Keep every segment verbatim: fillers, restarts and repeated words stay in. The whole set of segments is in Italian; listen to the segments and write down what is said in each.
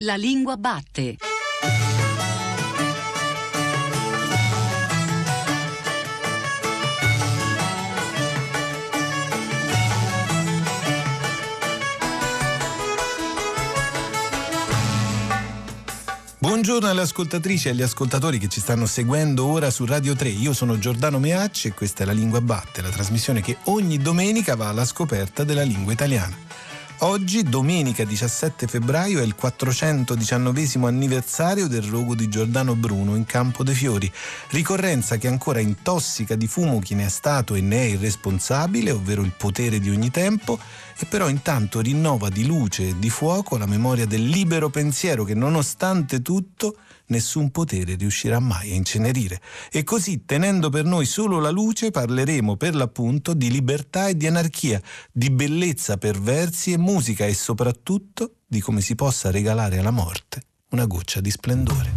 La lingua batte. Buongiorno alle ascoltatrici e agli ascoltatori che ci stanno seguendo ora su Radio tre. Io sono Giordano Meacci e questa è La Lingua Batte, la trasmissione che ogni domenica va alla scoperta della lingua italiana. Oggi, domenica diciassette febbraio, è il quattrocentodiciannovesimo anniversario del rogo di Giordano Bruno in Campo dei Fiori, ricorrenza che ancora intossica di fumo chi ne è stato e ne è il responsabile, ovvero il potere di ogni tempo, e però intanto rinnova di luce e di fuoco la memoria del libero pensiero che nonostante tutto nessun potere riuscirà mai a incenerire. E così, tenendo per noi solo la luce, parleremo per l'appunto di libertà e di anarchia, di bellezza per versi e musica e soprattutto di come si possa regalare alla morte una goccia di splendore.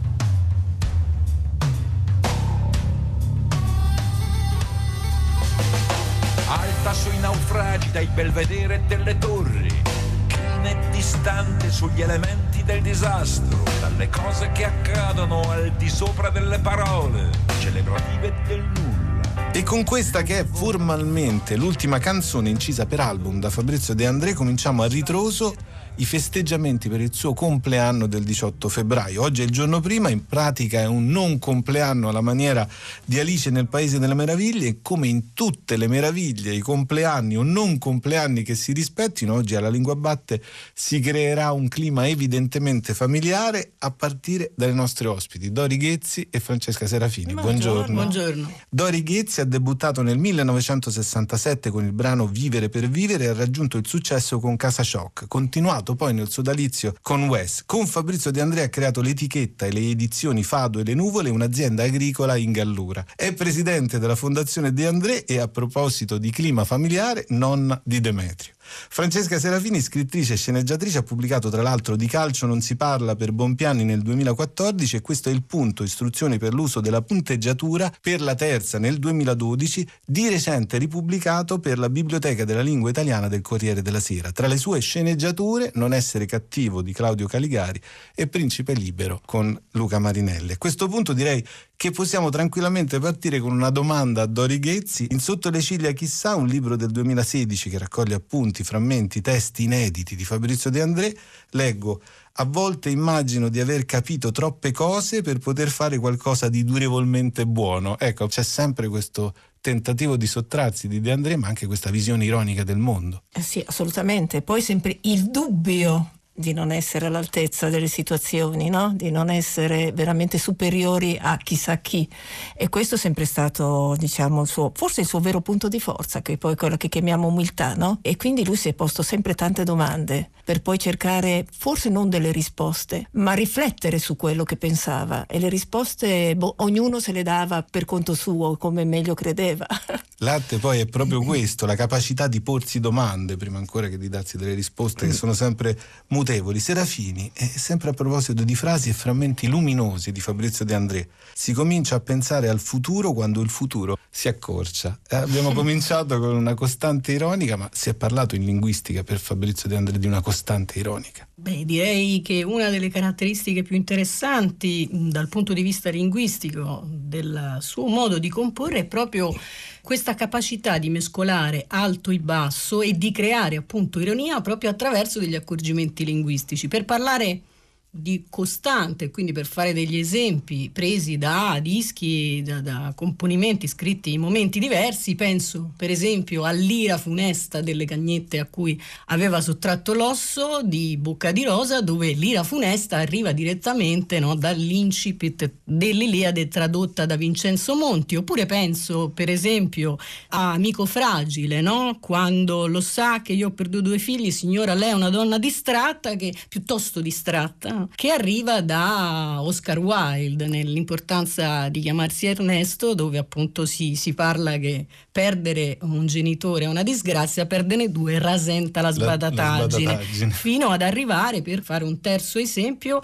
Alta sui naufragi dai belvedere delle torri, china e distante sugli elementi del disastro, dalle cose che accadono al di sopra delle parole, celebrative del nulla. E con questa, che è formalmente l'ultima canzone incisa per album da Fabrizio De André, cominciamo a ritroso i festeggiamenti per il suo compleanno del diciotto febbraio. Oggi è il giorno prima, in pratica è un non compleanno alla maniera di Alice nel Paese delle Meraviglie, e come in tutte le meraviglie, i compleanni o non compleanni che si rispettino, oggi alla Lingua Batte si creerà un clima evidentemente familiare a partire dalle nostre ospiti Dori Ghezzi e Francesca Serafini. Buongiorno. Buongiorno. Dori Ghezzi ha debuttato nel millenovecentosessantasette con il brano Vivere per vivere e ha raggiunto il successo con Casa Shock, continuato poi nel sodalizio con Wes. Con Fabrizio De André ha creato l'etichetta e le edizioni Fado e le Nuvole, un'azienda agricola in Gallura. È presidente della Fondazione De André e, a proposito di clima familiare, nonna di Demetrio. Francesca Serafini, scrittrice e sceneggiatrice, ha pubblicato tra l'altro Di calcio non si parla per Bonpiani nel duemilaquattordici, e questo è il punto, istruzioni per l'uso della punteggiatura, per la terza nel duemiladodici, di recente ripubblicato per la Biblioteca della Lingua Italiana del Corriere della Sera. Tra le sue sceneggiature Non essere cattivo di Claudio Caligari e Principe Libero con Luca Marinelli. A questo punto direi che possiamo tranquillamente partire con una domanda a Dori Ghezzi. In Sotto le ciglia chissà, un libro del duemilasedici che raccoglie appunti, frammenti, testi inediti di Fabrizio De André, leggo: a volte immagino di aver capito troppe cose per poter fare qualcosa di durevolmente buono. Ecco, c'è sempre questo tentativo di sottrarsi di De André, ma anche questa visione ironica del mondo. Eh sì, assolutamente. Poi sempre il dubbio di non essere all'altezza delle situazioni, no? Di non essere veramente superiori a chissà chi, e questo è sempre stato, diciamo, il suo, forse il suo vero punto di forza, che è poi quello che chiamiamo umiltà, no? E quindi lui si è posto sempre tante domande per poi cercare forse non delle risposte, ma riflettere su quello che pensava, e le risposte boh, ognuno se le dava per conto suo, come meglio credeva. L'arte poi è proprio questo, la capacità di porsi domande prima ancora che di darsi delle risposte che sono sempre mutevoli. Serafini, e sempre a proposito di frasi e frammenti luminosi di Fabrizio De André, si comincia a pensare al futuro quando il futuro si accorcia. Eh, abbiamo cominciato con una costante ironica, ma si è parlato in linguistica per Fabrizio De André di una costante ironica. Beh, direi che una delle caratteristiche più interessanti dal punto di vista linguistico del suo modo di comporre è proprio questa capacità di mescolare alto e basso e di creare appunto ironia proprio attraverso degli accorgimenti linguistici. Per parlare di costante, quindi per fare degli esempi presi da dischi, da, da componimenti scritti in momenti diversi, penso per esempio all'ira funesta delle cagnette a cui aveva sottratto l'osso di Bocca di Rosa, dove l'ira funesta arriva direttamente, no, dall'incipit dell'Iliade tradotta da Vincenzo Monti. Oppure penso per esempio a Amico fragile, no? Quando lo sa che io ho perduto due figli, signora, lei è una donna distratta, che piuttosto distratta, che arriva da Oscar Wilde nell'importanza di chiamarsi Ernesto, dove appunto si, si parla che perdere un genitore è una disgrazia, perderne due rasenta la sbadataggine, la, la sbadataggine. Fino ad arrivare, per fare un terzo esempio,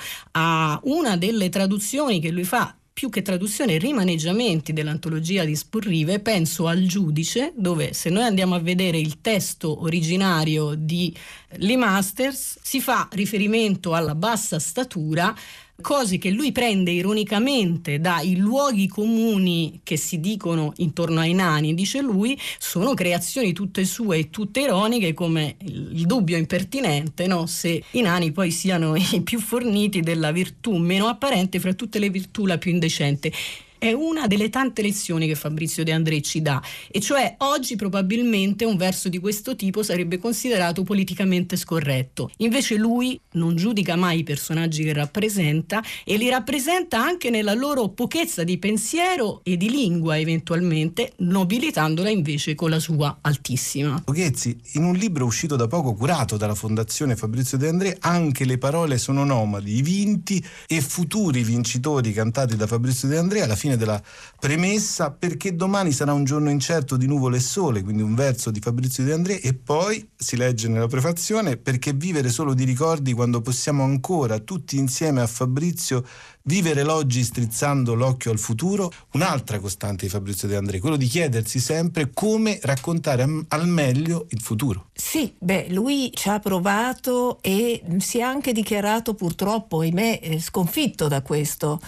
a una delle traduzioni che lui fa, più che traduzione, rimaneggiamenti dell'antologia di Spurrive. Penso al Giudice, dove se noi andiamo a vedere il testo originario di Lee Masters si fa riferimento alla bassa statura, cose che lui prende ironicamente dai luoghi comuni che si dicono intorno ai nani. Dice lui, sono creazioni tutte sue e tutte ironiche, come il dubbio impertinente, no? Se i nani poi siano i più forniti della virtù meno apparente fra tutte le virtù la più indecente. È una delle tante lezioni che Fabrizio De André ci dà, e cioè oggi probabilmente un verso di questo tipo sarebbe considerato politicamente scorretto. Invece lui non giudica mai i personaggi che rappresenta e li rappresenta anche nella loro pochezza di pensiero e di lingua, eventualmente nobilitandola invece con la sua altissima. Ghezzi, in un libro uscito da poco curato dalla Fondazione Fabrizio De André, anche le parole sono nomadi, i vinti e futuri vincitori cantati da Fabrizio De André alla fine della premessa, perché domani sarà un giorno incerto di nuvole e sole, quindi un verso di Fabrizio De André, e poi si legge nella prefazione: perché vivere solo di ricordi quando possiamo ancora tutti insieme a Fabrizio vivere l'oggi strizzando l'occhio al futuro. Un'altra costante di Fabrizio De André, quello di chiedersi sempre come raccontare al meglio il futuro. Sì, beh, lui ci ha provato e si è anche dichiarato purtroppo, ahimè, sconfitto da questo,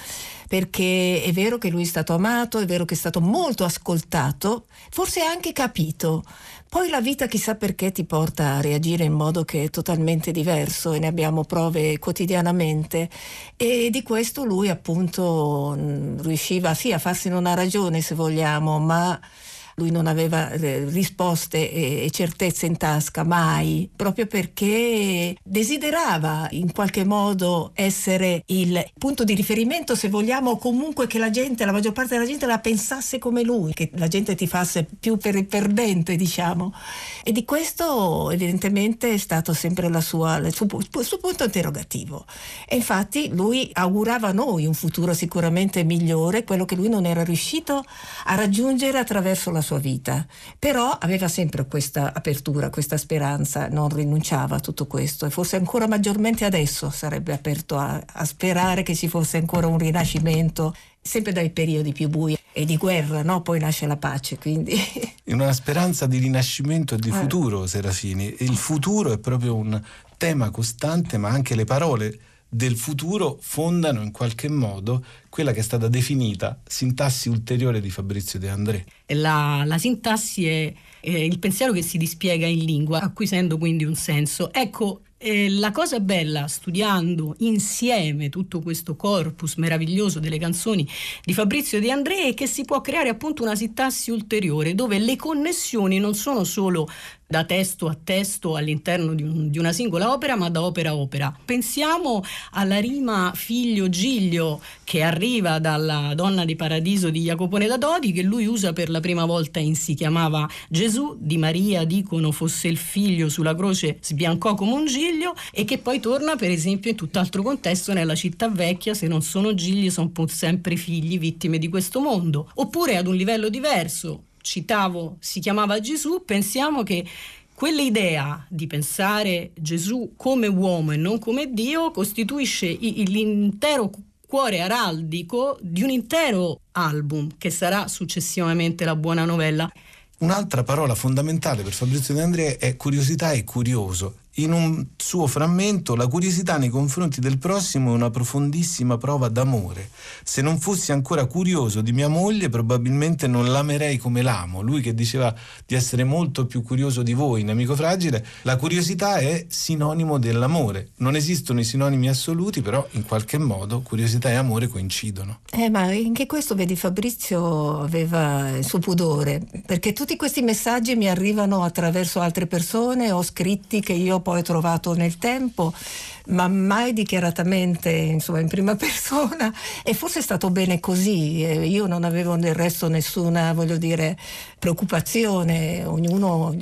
perché è vero che lui è stato amato, è vero che è stato molto ascoltato, forse anche capito. Poi la vita, chissà perché, ti porta a reagire in modo che è totalmente diverso, e ne abbiamo prove quotidianamente, e di questo lui appunto riusciva sì a farsene una ragione, se vogliamo, ma lui non aveva eh, risposte e, e certezze in tasca mai, proprio perché desiderava in qualche modo essere il punto di riferimento, se vogliamo, o comunque che la gente, la maggior parte della gente la pensasse come lui, che la gente tifasse più per il perdente, diciamo. E di questo evidentemente è stato sempre la sua, il, suo, il suo punto interrogativo. E infatti lui augurava a noi un futuro sicuramente migliore, quello che lui non era riuscito a raggiungere attraverso la sua vita, però aveva sempre questa apertura, questa speranza, non rinunciava a tutto questo, e forse ancora maggiormente adesso sarebbe aperto a, a sperare che ci fosse ancora un rinascimento, sempre dai periodi più bui e di guerra, no? Poi nasce la pace, quindi in una speranza di rinascimento e di futuro, Serafini. Il futuro è proprio un tema costante, ma anche le parole del futuro fondano in qualche modo quella che è stata definita sintassi ulteriore di Fabrizio De André. La, la sintassi è, è il pensiero che si dispiega in lingua, acquisendo quindi un senso. Ecco, eh, la cosa bella, studiando insieme tutto questo corpus meraviglioso delle canzoni di Fabrizio De André, è che si può creare appunto una sintassi ulteriore, dove le connessioni non sono solo da testo a testo all'interno di, un, di una singola opera, ma da opera a opera. Pensiamo alla rima figlio-giglio che arriva dalla Donna di Paradiso di Jacopone da Todi, che lui usa per la prima volta in Si chiamava Gesù, di Maria dicono fosse il figlio, sulla croce sbiancò come un giglio, e che poi torna per esempio in tutt'altro contesto nella Città Vecchia: se non sono gigli sono pur sempre figli, vittime di questo mondo. Oppure ad un livello diverso, citavo Si chiamava Gesù, pensiamo che quell'idea di pensare Gesù come uomo e non come Dio costituisce l'intero cuore araldico di un intero album che sarà successivamente La Buona Novella. Un'altra parola fondamentale per Fabrizio De André è curiosità e curioso. In un suo frammento, la curiosità nei confronti del prossimo è una profondissima prova d'amore. Se non fossi ancora curioso di mia moglie, probabilmente non l'amerei come l'amo. Lui che diceva di essere molto più curioso di voi in Amico Fragile, la curiosità è sinonimo dell'amore. Non esistono i sinonimi assoluti, però in qualche modo curiosità e amore coincidono. Eh, ma anche questo, vedi, Fabrizio aveva il suo pudore, perché tutti questi messaggi mi arrivano attraverso altre persone o scritti che io poi ho trovato nel tempo, ma mai dichiaratamente, insomma, in prima persona, e forse è stato bene così. Io non avevo del resto nessuna, voglio dire, preoccupazione. Ognuno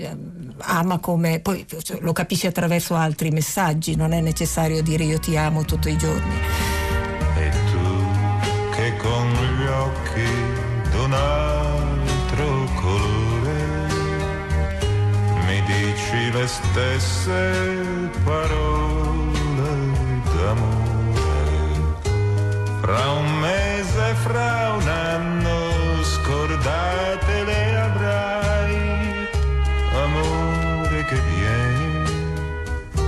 ama come, poi lo capisce attraverso altri messaggi, non è necessario dire io ti amo tutti i giorni. E tu che con gli occhi d'un altro colore mi dici le stesse parole d'amore, fra un mese, fra un anno scordate le avrai, amore che vieni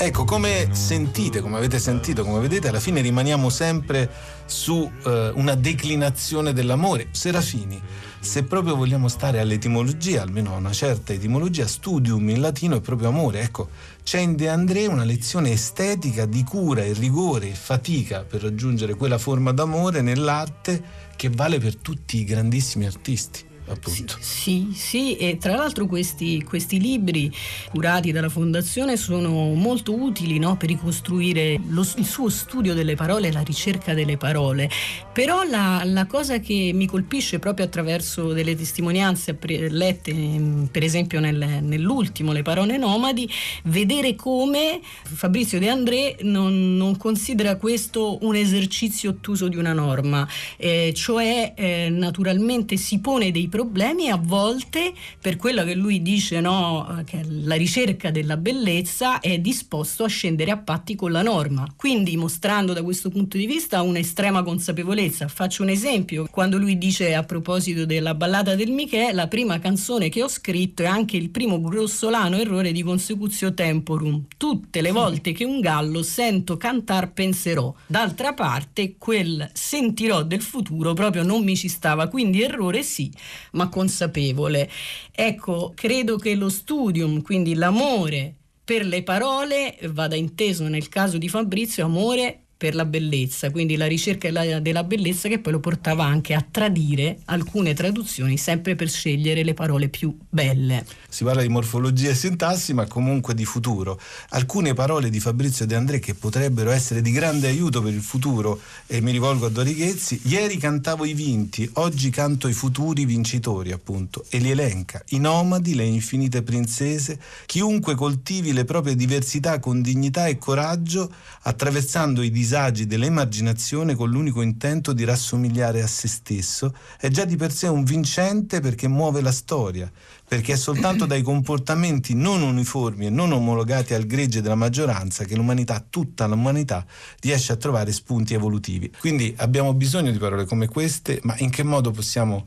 Ecco, come sentite, come avete sentito, come vedete, alla fine rimaniamo sempre su eh, una declinazione dell'amore. Serafini, se proprio vogliamo stare all'etimologia, almeno a una certa etimologia, studium in latino è proprio amore. Ecco, c'è in De André una lezione estetica di cura e rigore e fatica per raggiungere quella forma d'amore nell'arte che vale per tutti i grandissimi artisti. Appunto. Sì, sì, e tra l'altro questi, questi libri curati dalla Fondazione sono molto utili, no, per ricostruire lo, il suo studio delle parole e la ricerca delle parole. Però la, la cosa che mi colpisce proprio attraverso delle testimonianze lette, per esempio nel, nell'ultimo, Le parole nomadi, vedere come Fabrizio De André non, non considera questo un esercizio ottuso di una norma, eh, cioè eh, naturalmente si pone dei problemi e a volte, per quello che lui dice, no, che la ricerca della bellezza, è disposto a scendere a patti con la norma, quindi mostrando da questo punto di vista un'estrema consapevolezza. Faccio un esempio: quando lui dice, a proposito della ballata del Michè, la prima canzone che ho scritto è anche il primo grossolano errore di consecutio temporum, tutte le volte che un gallo sento cantar penserò, d'altra parte quel sentirò del futuro proprio non mi ci stava, quindi errore sì, ma consapevole. Ecco, credo che lo studium, quindi l'amore per le parole, vada inteso nel caso di Fabrizio amore per la bellezza, quindi la ricerca della bellezza, che poi lo portava anche a tradire alcune traduzioni sempre per scegliere le parole più belle. Si parla di morfologia e sintassi, ma comunque di futuro. Alcune parole di Fabrizio De André che potrebbero essere di grande aiuto per il futuro, e mi rivolgo a Dori Ghezzi: ieri cantavo i vinti, oggi canto i futuri vincitori, appunto, e li elenca: i nomadi, le infinite princese, chiunque coltivi le proprie diversità con dignità e coraggio, attraversando i disagi dell'emarginazione con l'unico intento di rassomigliare a se stesso, è già di per sé un vincente, perché muove la storia, perché è soltanto dai comportamenti non uniformi e non omologati al gregge della maggioranza che l'umanità, tutta l'umanità, riesce a trovare spunti evolutivi. Quindi abbiamo bisogno di parole come queste, ma in che modo possiamo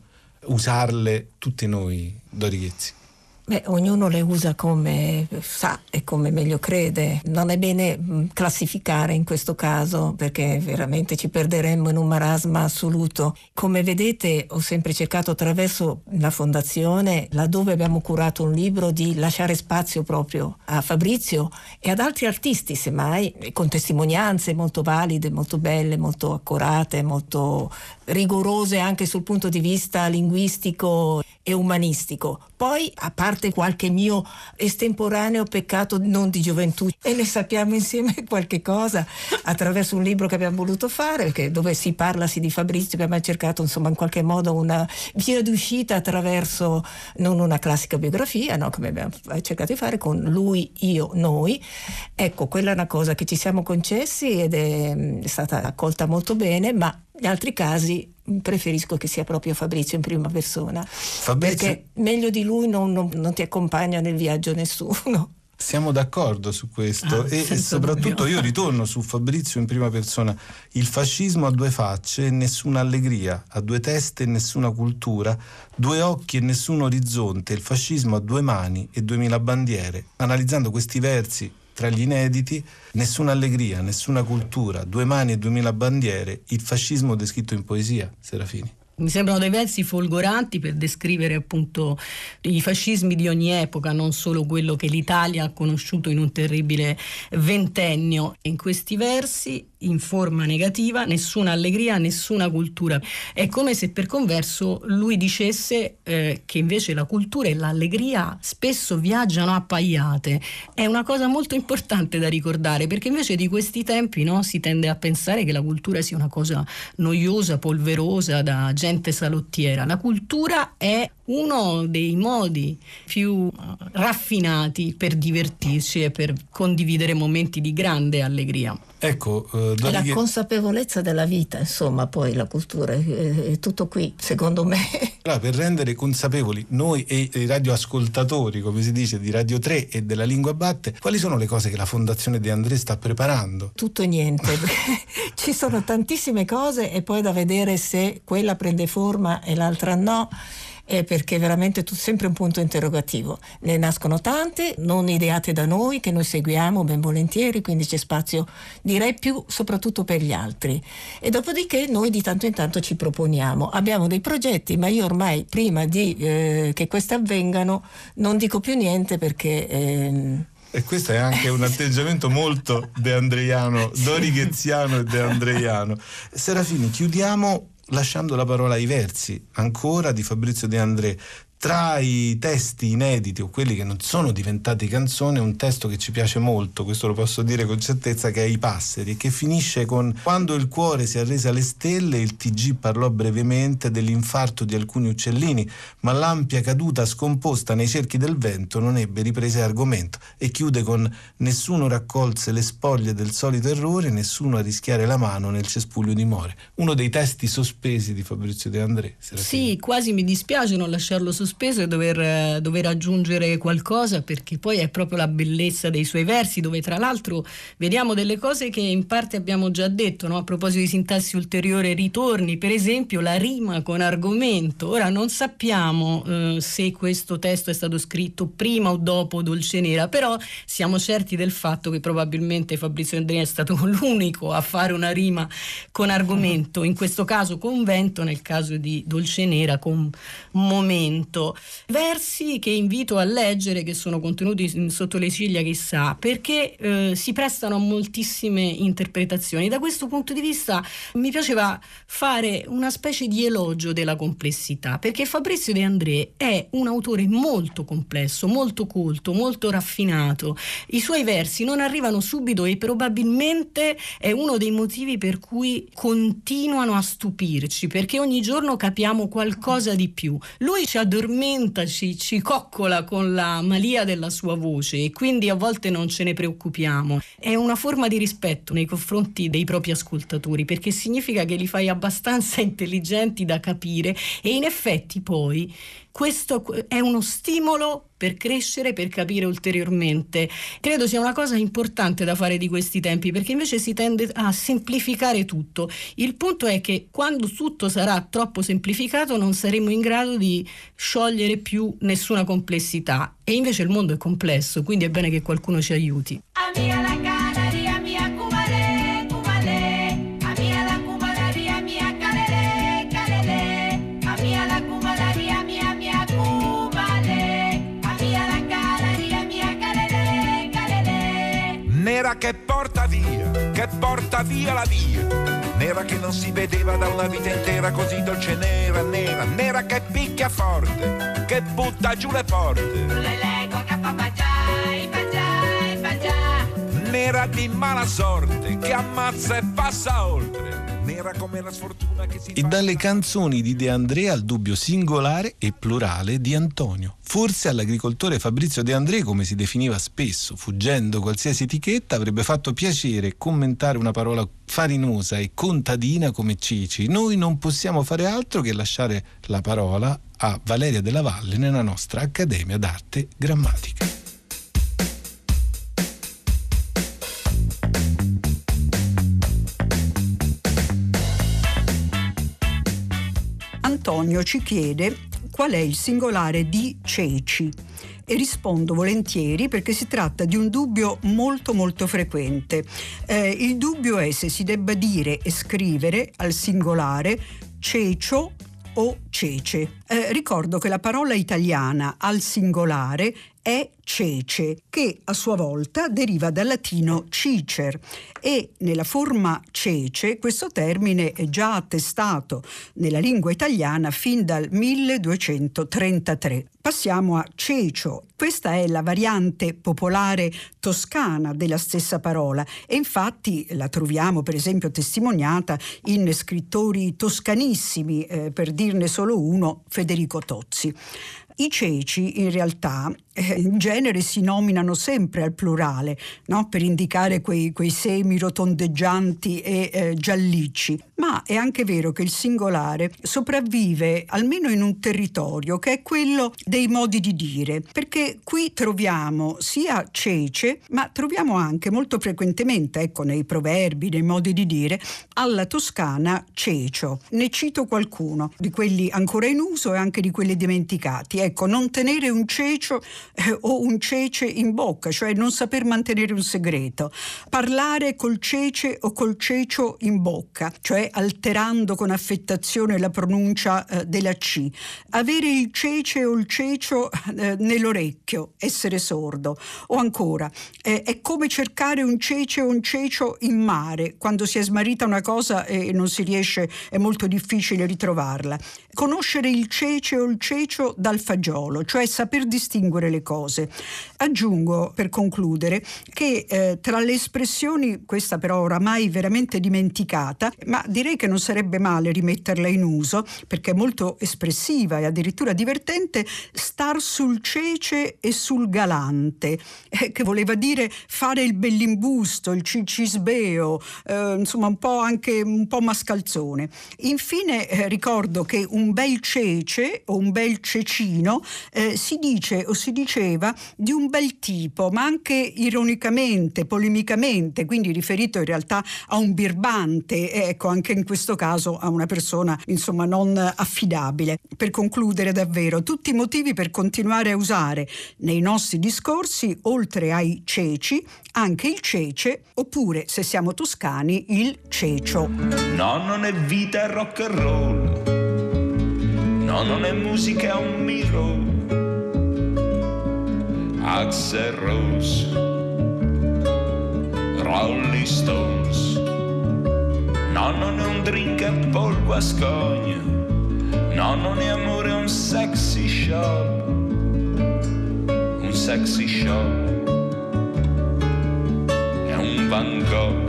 usarle tutti noi, Dori Ghezzi? Beh, ognuno le usa come sa e come meglio crede. Non è bene mh, classificare in questo caso, perché veramente ci perderemmo in un marasma assoluto. Come vedete, ho sempre cercato attraverso la Fondazione, laddove abbiamo curato un libro, di lasciare spazio proprio a Fabrizio e ad altri artisti, semmai, con testimonianze molto valide, molto belle, molto accurate, molto rigorose anche sul punto di vista linguistico e umanistico. Poi, a parte qualche mio estemporaneo peccato non di gioventù, e ne sappiamo insieme qualche cosa attraverso un libro che abbiamo voluto fare, che, dove si parla sì, di Fabrizio, che abbiamo cercato insomma in qualche modo una via d'uscita attraverso non una classica biografia, no, come abbiamo cercato di fare con lui, io, noi. Ecco, quella è una cosa che ci siamo concessi ed è, è stata accolta molto bene, ma in altri casi preferisco che sia proprio Fabrizio in prima persona, Fabrizio... perché meglio di lui non, non, non ti accompagna nel viaggio nessuno. Siamo d'accordo su questo, ah, e soprattutto dubbio. Io ritorno su Fabrizio in prima persona. Il fascismo ha due facce e nessuna allegria, ha due teste e nessuna cultura, due occhi e nessun orizzonte. Il fascismo ha due mani e duemila bandiere. Analizzando questi versi tra gli inediti, nessuna allegria, nessuna cultura, due mani e duemila bandiere, il fascismo descritto in poesia, Serafini. Mi sembrano dei versi folgoranti per descrivere appunto i fascismi di ogni epoca, non solo quello che l'Italia ha conosciuto in un terribile ventennio. In questi versi, in forma negativa, nessuna allegria, nessuna cultura. È come se per converso lui dicesse eh, che invece la cultura e l'allegria spesso viaggiano appaiate. È una cosa molto importante da ricordare, perché invece di questi tempi, no, si tende a pensare che la cultura sia una cosa noiosa, polverosa, da gente salottiera. La cultura è uno dei modi più raffinati per divertirci e per condividere momenti di grande allegria. Ecco, uh, la che... consapevolezza della vita, insomma, poi la cultura è, è tutto qui, secondo me. Allora, per rendere consapevoli noi e i radioascoltatori, come si dice, di Radio tre e della Lingua Batte, quali sono le cose che la Fondazione De André sta preparando? Tutto e niente, ci sono tantissime cose e poi da vedere se quella prende forma e l'altra no. è perché veramente è sempre un punto interrogativo. Ne nascono tante, non ideate da noi, che noi seguiamo ben volentieri, quindi c'è spazio, direi, più soprattutto per gli altri. E dopodiché noi di tanto in tanto ci proponiamo, abbiamo dei progetti, ma io ormai prima di eh, che queste avvengano non dico più niente perché... Eh, E questo è anche un atteggiamento molto deandreiano, dorigheziano e deandreiano. Serafini, chiudiamo lasciando la parola ai versi, ancora di Fabrizio De André. Tra i testi inediti o quelli che non sono diventati canzone, un testo che ci piace molto, questo lo posso dire con certezza, che è I passeri, che finisce con: quando il cuore si arrese alle stelle, il T G parlò brevemente dell'infarto di alcuni uccellini, ma l'ampia caduta scomposta nei cerchi del vento non ebbe riprese argomento. E chiude con: nessuno raccolse le spoglie del solito errore, nessuno a rischiare la mano nel cespuglio di more. Uno dei testi sospesi di Fabrizio De André. Serafini. Sì, quasi mi dispiace non lasciarlo sospeso e dover, dover aggiungere qualcosa, perché poi è proprio la bellezza dei suoi versi, dove tra l'altro vediamo delle cose che in parte abbiamo già detto, no? A proposito di sintassi ulteriore e ritorni, per esempio la rima con argomento. Ora non sappiamo eh, se questo testo è stato scritto prima o dopo Dolce Nera, però siamo certi del fatto che probabilmente Fabrizio Andrea è stato l'unico a fare una rima con argomento, in questo caso con vento, nel caso di Dolce Nera con momento. Versi che invito a leggere, che sono contenuti sotto le ciglia chissà, perché eh, si prestano a moltissime interpretazioni. Da questo punto di vista mi piaceva fare una specie di elogio della complessità, perché Fabrizio De André è un autore molto complesso, molto colto, molto raffinato. I suoi versi non arrivano subito e probabilmente è uno dei motivi per cui continuano a stupirci, perché ogni giorno capiamo qualcosa di più. Lui ci addormenta, ci, ci coccola con la malia della sua voce e quindi a volte non ce ne preoccupiamo. È una forma di rispetto nei confronti dei propri ascoltatori, perché significa che li fai abbastanza intelligenti da capire, e in effetti poi questo è uno stimolo per crescere, per capire ulteriormente. Credo sia una cosa importante da fare di questi tempi, perché invece si tende a semplificare tutto. Il punto è che quando tutto sarà troppo semplificato non saremo in grado di sciogliere più nessuna complessità, e invece il mondo è complesso, quindi è bene che qualcuno ci aiuti. Amiga la canaria mia cumale, cumale, amiga la cumalaria mia calele, calele, amiga la cumalaria mia mia cumale, amiga la canaria mia calele, calele. Nera che porta via, che porta via la via. Nera che non si vedeva da una vita intera, così dolce nera, nera, nera che picchia forte, che butta giù le porte. Le leggo che fa baciai, baciai, baciai. Nera di mala sorte, che ammazza e passa oltre. Nera come la sfortuna che si E fa... dalle canzoni di De André al dubbio singolare e plurale di Antonio. Forse all'agricoltore Fabrizio De André, come si definiva spesso, fuggendo qualsiasi etichetta, avrebbe fatto piacere commentare una parola farinosa e contadina come Cici. Noi non possiamo fare altro che lasciare la parola a Valeria Della Valle nella nostra Accademia d'Arte Grammatica. Antonio ci chiede qual è il singolare di ceci e rispondo volentieri, perché si tratta di un dubbio molto molto frequente. Eh, il dubbio è se si debba dire e scrivere al singolare cecio o cece. Eh, ricordo che la parola italiana al singolare è cece, che a sua volta deriva dal latino cicer, e nella forma cece questo termine è già attestato nella lingua italiana fin dal milleduecentotrentatré. Passiamo a cecio. Questa è la variante popolare toscana della stessa parola, e infatti la troviamo per esempio testimoniata in scrittori toscanissimi, eh, per dirne solo uno, Federico Tozzi. I ceci in realtà eh, in genere si nominano sempre al plurale, no? Per indicare quei, quei semi rotondeggianti e eh, giallicci, ma è anche vero che il singolare sopravvive almeno in un territorio che è quello dei modi di dire, perché qui troviamo sia cece, ma troviamo anche molto frequentemente, ecco, nei proverbi, nei modi di dire, alla toscana cecio. Ne cito qualcuno di quelli ancora in uso e anche di quelli dimenticati. Ecco, non tenere un cecio eh, o un cece in bocca, cioè non saper mantenere un segreto. Parlare col cece o col cecio in bocca, cioè alterando con affettazione la pronuncia eh, della C. Avere il cece o il cecio eh, nell'orecchio, essere sordo. O ancora, eh, è come cercare un cece o un cecio in mare, quando si è smarrita una cosa e non si riesce, è molto difficile ritrovarla. Conoscere il cece o il cecio dal fagiolo, cioè saper distinguere le cose. Aggiungo, per concludere, che eh, tra le espressioni, questa però oramai veramente dimenticata, ma direi che non sarebbe male rimetterla in uso, perché è molto espressiva e addirittura divertente, star sul cece e sul galante, eh, che voleva dire fare il bellimbusto, il cicisbeo, eh, insomma un po' anche un po' mascalzone. Infine eh, ricordo che un bel cece o un bel cecino eh, si dice o si diceva di un bel tipo, ma anche ironicamente, polemicamente, quindi riferito in realtà a un birbante, ecco, anche in questo caso a una persona insomma non affidabile. Per concludere davvero, tutti i motivi per continuare a usare nei nostri discorsi, oltre ai ceci, anche il cece, oppure, se siamo toscani, il cecio. No, non è vita, è rock and roll. No, non è musica, è un miro. Axl Rose, Rolling Stones. No, non è un drink, è polvo a scogna. No, non è amore, è un sexy shop. Un sexy shop. È un Van Gogh.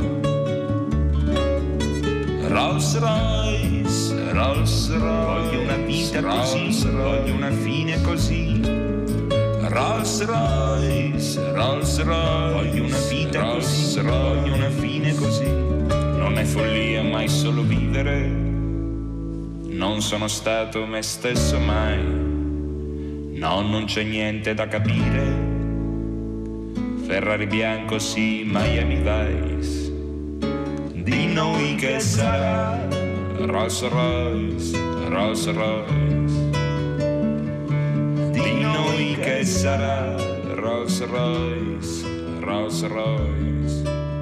Rolls Royce, Rolls Royce. Voglio una vita così, voglio una fine così. Rolls Royce, Rolls Royce. Voglio una vita così, voglio una fine così. Non è follia mai solo vivere. Non sono stato me stesso mai. No, non c'è niente da capire. Ferrari bianco sì, Miami Vice. Di noi che sarà Rolls Royce, Rolls Royce. Di noi che sarà Rolls Royce, Rolls Royce.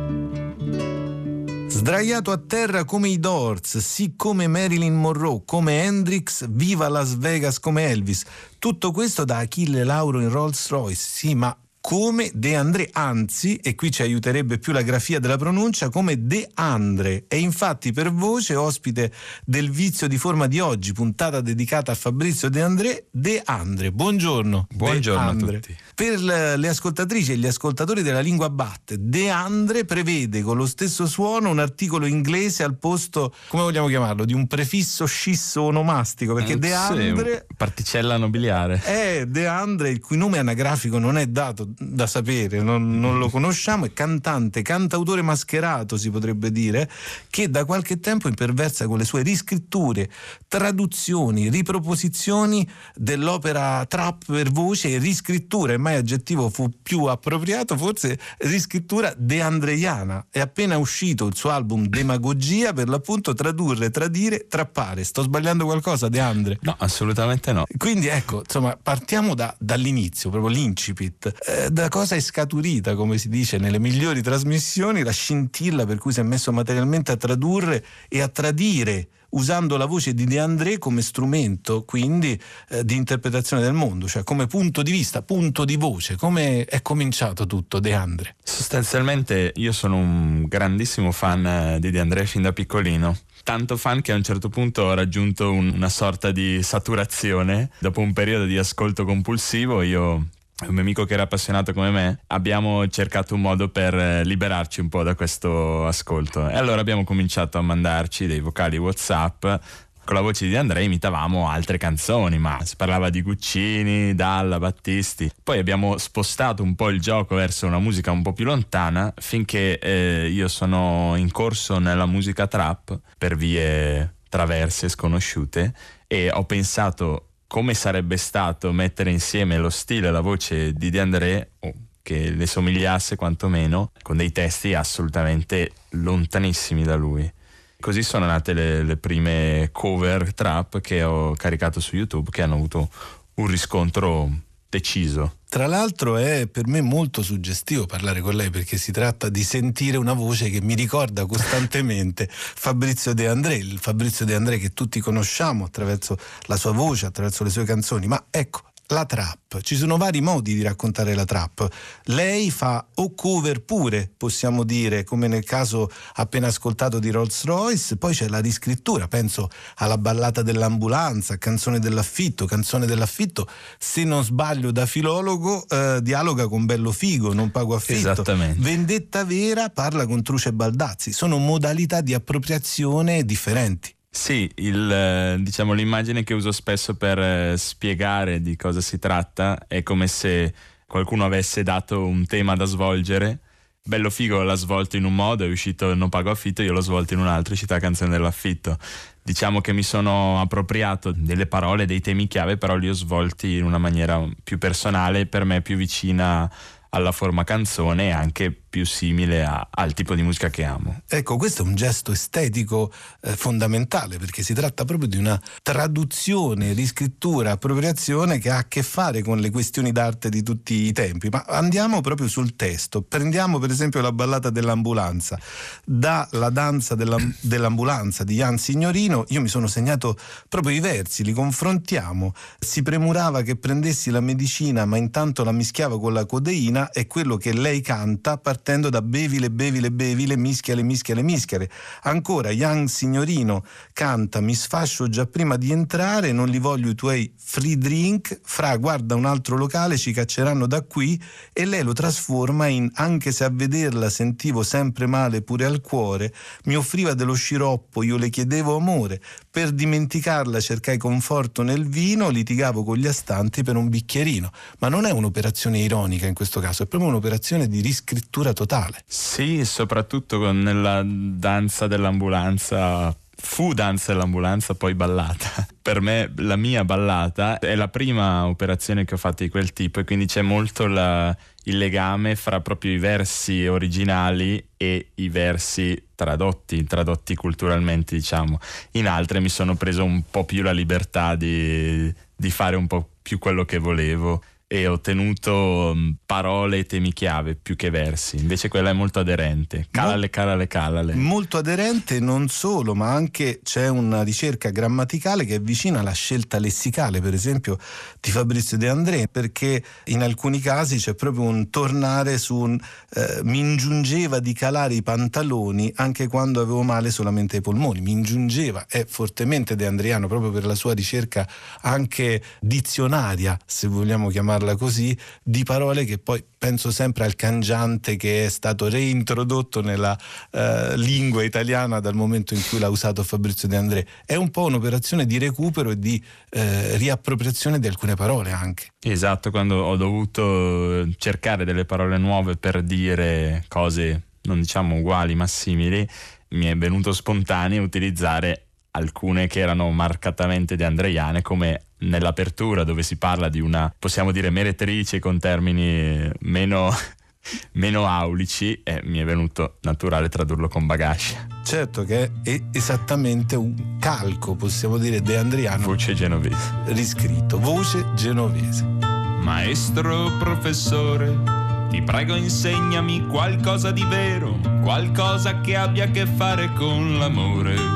Sdraiato a terra come i Doors, sì come Marilyn Monroe, come Hendrix, viva Las Vegas come Elvis. Tutto questo da Achille Lauro in Rolls Royce, sì, ma come De André, anzi, e qui ci aiuterebbe più la grafia della pronuncia, come De Andre. È infatti per voce ospite del Vizio di forma di oggi, puntata dedicata a Fabrizio De André, De Andre. Buongiorno. Buongiorno De Andre. a tutti. Per le ascoltatrici e gli ascoltatori della lingua batte, De Andre prevede con lo stesso suono un articolo inglese al posto, come vogliamo chiamarlo, di un prefisso scisso onomastico, perché Mm, De Andre... Sì, particella nobiliare. È De Andre, il cui nome anagrafico non è dato da sapere, non, non lo conosciamo, è cantante, cantautore mascherato si potrebbe dire, che da qualche tempo imperversa con le sue riscritture, traduzioni, riproposizioni dell'opera trap per voce e riscrittura, e mai aggettivo fu più appropriato, forse riscrittura deandreiana. È appena uscito il suo album Demagogia, per l'appunto tradurre, tradire, trappare. Sto sbagliando qualcosa, De Andre? No, assolutamente no. Quindi ecco, insomma, partiamo da, dall'inizio, proprio l'incipit. Eh, da cosa è scaturita, come si dice nelle migliori trasmissioni, la scintilla per cui si è messo materialmente a tradurre e a tradire, usando la voce di De André come strumento, quindi eh, di interpretazione del mondo, cioè come punto di vista, punto di voce. Come è cominciato tutto, De André? Sostanzialmente io sono un grandissimo fan di De André fin da piccolino. Tanto fan che a un certo punto ho raggiunto un, una sorta di saturazione. Dopo un periodo di ascolto compulsivo, io e un mio amico che era appassionato come me abbiamo cercato un modo per liberarci un po' da questo ascolto, e allora abbiamo cominciato a mandarci dei vocali WhatsApp con la voce di De André imitavamo altre canzoni, ma si parlava di Guccini, Dalla, Battisti. Poi abbiamo spostato un po' il gioco verso una musica un po' più lontana, finché eh, io sono incorso nella musica trap per vie traverse, sconosciute, e ho pensato come sarebbe stato mettere insieme lo stile e la voce di De André, oh, che le somigliasse quantomeno, con dei testi assolutamente lontanissimi da lui. Così sono nate le, le prime cover trap che ho caricato su YouTube, che hanno avuto un riscontro deciso. Tra l'altro è per me molto suggestivo parlare con lei, perché si tratta di sentire una voce che mi ricorda costantemente Fabrizio De André, il Fabrizio De André che tutti conosciamo attraverso la sua voce, attraverso le sue canzoni. Ma ecco, la trap, ci sono vari modi di raccontare la trap. Lei fa o cover pure, possiamo dire, come nel caso appena ascoltato di Rolls Royce, poi c'è la riscrittura, penso alla Ballata dell'ambulanza, Canzone dell'affitto, Canzone dell'affitto, se non sbaglio da filologo, eh, dialoga con Bello Figo, Non pago affitto. Esattamente. Vendetta Vera parla con Truce Baldazzi, sono modalità di appropriazione differenti. Sì, il, diciamo, l'immagine che uso spesso per eh, spiegare di cosa si tratta è come se qualcuno avesse dato un tema da svolgere. Bello Figo l'ha svolto in un modo, è uscito Non pago affitto, io l'ho svolto in un altro, è uscita Canzone dell'affitto. Diciamo che mi sono appropriato delle parole, dei temi chiave, però li ho svolti in una maniera più personale, per me più vicina alla forma canzone e anche più simile a, al tipo di musica che amo. Ecco, questo è un gesto estetico eh, fondamentale, perché si tratta proprio di una traduzione, riscrittura, appropriazione che ha a che fare con le questioni d'arte di tutti i tempi. Ma andiamo proprio sul testo. Prendiamo per esempio la Ballata dell'ambulanza. Da La danza della, dell'ambulanza di Jan Signorino io mi sono segnato proprio i versi, li confrontiamo. Si premurava che prendessi la medicina, ma intanto la mischiava con la codeina, è quello che lei canta partendo da bevile, bevile, bevile, mischiale, mischiale, mischiale. Ancora Jan Signorino canta mi sfascio già prima di entrare, non li voglio i tuoi free drink, fra guarda un altro locale, ci cacceranno da qui, e lei lo trasforma in anche se a vederla sentivo sempre male pure al cuore, mi offriva dello sciroppo, io le chiedevo amore, per dimenticarla cercai conforto nel vino, litigavo con gli astanti per un bicchierino. Ma non è un'operazione ironica in questo caso, è proprio un'operazione di riscrittura totale. Sì, soprattutto con nella danza dell'ambulanza. Fu danza dell'ambulanza, poi ballata. Per me la mia ballata è la prima operazione che ho fatto di quel tipo, e quindi c'è molto la, il legame fra proprio i versi originali e i versi tradotti, tradotti culturalmente, diciamo. In altre mi sono preso un po' più la libertà di, di fare un po' più quello che volevo, e ho tenuto parole e temi chiave più che versi. Invece quella è molto aderente, calale, calale, calale. Molto aderente, non solo, ma anche c'è una ricerca grammaticale che è vicina alla scelta lessicale, per esempio di Fabrizio De André, perché in alcuni casi c'è proprio un tornare su un eh, mi ingiungeva di calare i pantaloni anche quando avevo male solamente ai polmoni. Mi ingiungeva, è fortemente de andriano, proprio per la sua ricerca anche dizionaria, se vogliamo chiamarla così, di parole che poi penso sempre al cangiante che è stato reintrodotto nella eh, lingua italiana dal momento in cui l'ha usato Fabrizio De André. È un po' un'operazione di recupero e di eh, riappropriazione di alcune parole anche. Esatto, quando ho dovuto cercare delle parole nuove per dire cose non diciamo uguali ma simili, mi è venuto spontaneo utilizzare alcune che erano marcatamente deandreiane, come nell'apertura, dove si parla di una, possiamo dire, meretrice con termini meno, meno aulici, e mi è venuto naturale tradurlo con Bagascia. Certo che è esattamente un calco, possiamo dire, deandriano. Voce genovese. Riscritto, voce genovese. Maestro, professore, ti prego insegnami qualcosa di vero, qualcosa che abbia a che fare con l'amore.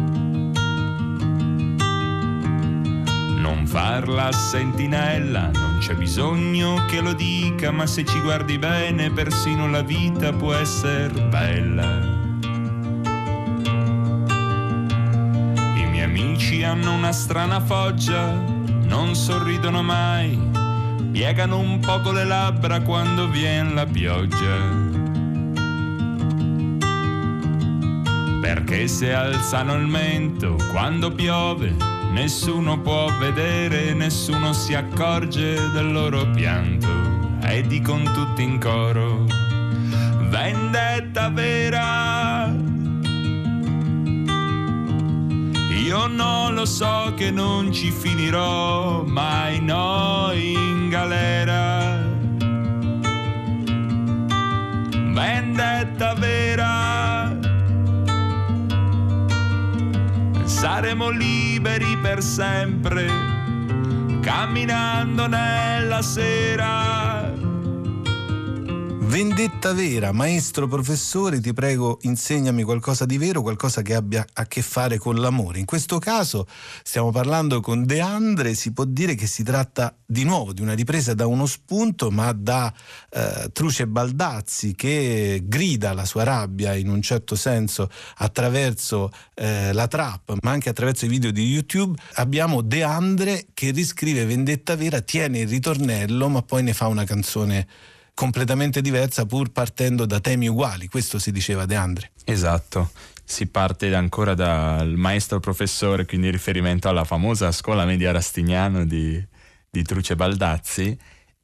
Non farla sentinella, non c'è bisogno che lo dica, ma se ci guardi bene persino la vita può essere bella. I miei amici hanno una strana foggia, non sorridono mai, piegano un poco le labbra quando viene la pioggia. perché se alzano il mento quando piove, nessuno può vedere, nessuno si accorge del loro pianto, e dicono tutti in coro: vendetta vera. Io non lo so che non ci finirò mai, no, in galera. Vendetta vera. Saremo liberi per sempre, camminando nella sera. Vendetta vera, maestro professore, ti prego insegnami qualcosa di vero, qualcosa che abbia a che fare con l'amore. In questo caso stiamo parlando con De André, si può dire che si tratta di nuovo di una ripresa da uno spunto, ma da eh, Truce Baldazzi, che grida la sua rabbia in un certo senso attraverso eh, la trap, ma anche attraverso i video di YouTube. Abbiamo De André che riscrive Vendetta vera, tiene il ritornello, ma poi ne fa una canzone completamente diversa, pur partendo da temi uguali. Questo si diceva De André. Esatto, si parte ancora dal maestro professore, quindi riferimento alla famosa scuola media Rastignano di, di Truce Baldazzi,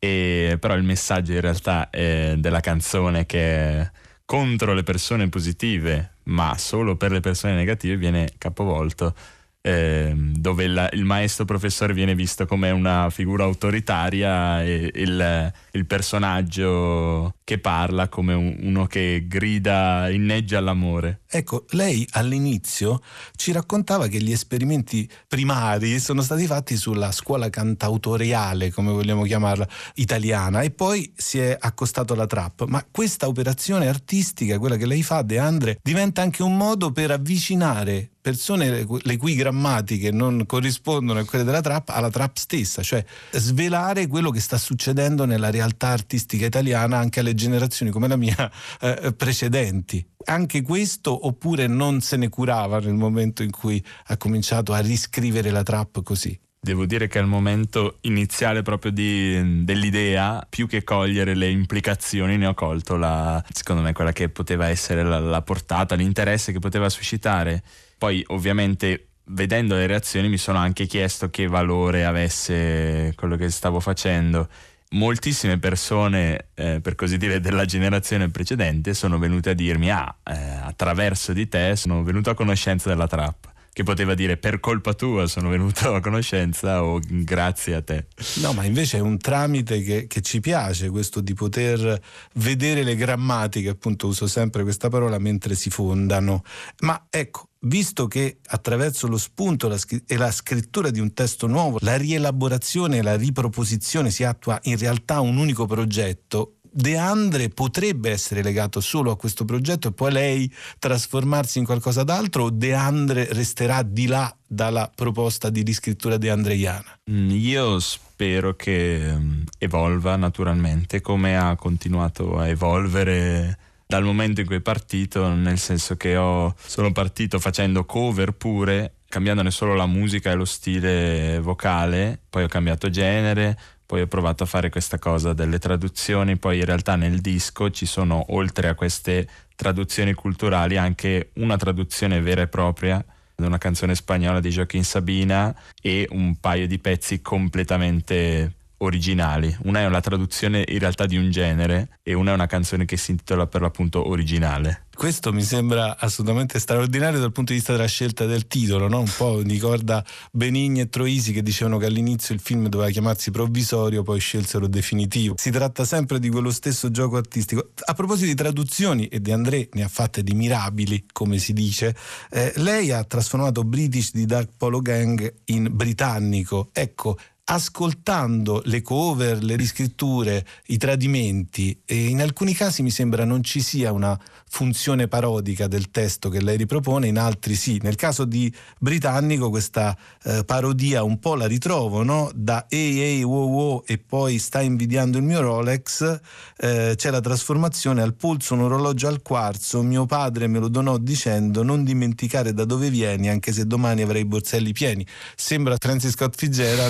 e però il messaggio in realtà è della canzone, che è contro le persone positive ma solo per le persone negative, viene capovolto, eh, dove il, il maestro professore viene visto come una figura autoritaria e il, il personaggio che parla come un, uno che grida, inneggia all'amore. Ecco, lei all'inizio ci raccontava che gli esperimenti primari sono stati fatti sulla scuola cantautoriale, come vogliamo chiamarla, italiana, e poi si è accostato alla trap. Ma questa operazione artistica, quella che lei fa, De André, diventa anche un modo per avvicinare persone le cui grammatiche non corrispondono a quelle della trap alla trap stessa, cioè svelare quello che sta succedendo nella realtà artistica italiana anche alle generazioni come la mia eh, precedenti. Anche questo, oppure non se ne curava nel momento in cui ha cominciato a riscrivere la trap così? Devo dire che al momento iniziale proprio di, dell'idea, più che cogliere le implicazioni, ne ho colto la, secondo me, quella che poteva essere la, la portata, l'interesse che poteva suscitare. Poi ovviamente, vedendo le reazioni, mi sono anche chiesto che valore avesse quello che stavo facendo. Moltissime persone, eh, per così dire, della generazione precedente sono venute a dirmi: ah, eh, attraverso di te sono venuto a conoscenza della trap. Che poteva dire: per colpa tua sono venuto a conoscenza, o grazie a te. No, ma invece è un tramite che, che ci piace, questo di poter vedere le grammatiche, appunto uso sempre questa parola, mentre si fondano. Ma ecco, visto che attraverso lo spunto la, e la scrittura di un testo nuovo, la rielaborazione e la riproposizione si attua in realtà un unico progetto, De André potrebbe essere legato solo a questo progetto e poi lei trasformarsi in qualcosa d'altro, o De André resterà di là dalla proposta di riscrittura deandreiana? Io spero che evolva naturalmente, come ha continuato a evolvere dal momento in cui è partito, nel senso che ho, sono partito facendo cover pure, cambiandone solo la musica e lo stile vocale, poi ho cambiato genere, poi ho provato a fare questa cosa delle traduzioni, poi in realtà nel disco ci sono, oltre a queste traduzioni culturali, anche una traduzione vera e propria di una canzone spagnola di Joaquín Sabina e un paio di pezzi completamente originali. Una è la traduzione in realtà di un genere e una è una canzone che si intitola per l'appunto Originale. Questo mi sembra assolutamente straordinario dal punto di vista della scelta del titolo, no? Un po' ricorda Benigni e Troisi, che dicevano che all'inizio il film doveva chiamarsi Provvisorio, poi scelsero Definitivo. Si tratta sempre di quello stesso gioco artistico. A proposito di traduzioni, e De André ne ha fatte di mirabili, come si dice, eh, lei ha trasformato British di Dark Polo Gang in britannico. Ecco, ascoltando le cover, le riscritture, i tradimenti, e in alcuni casi mi sembra non ci sia una funzione parodica del testo che lei ripropone, in altri sì. Nel caso di Britannico questa eh, parodia un po' la ritrovo, no? Da ehi ehi wow wow e poi sta invidiando il mio Rolex, eh, c'è la trasformazione: al polso un orologio al quarzo, mio padre me lo donò dicendo non dimenticare da dove vieni anche se domani avrai i borselli pieni. Sembra Francis Scott Fitzgerald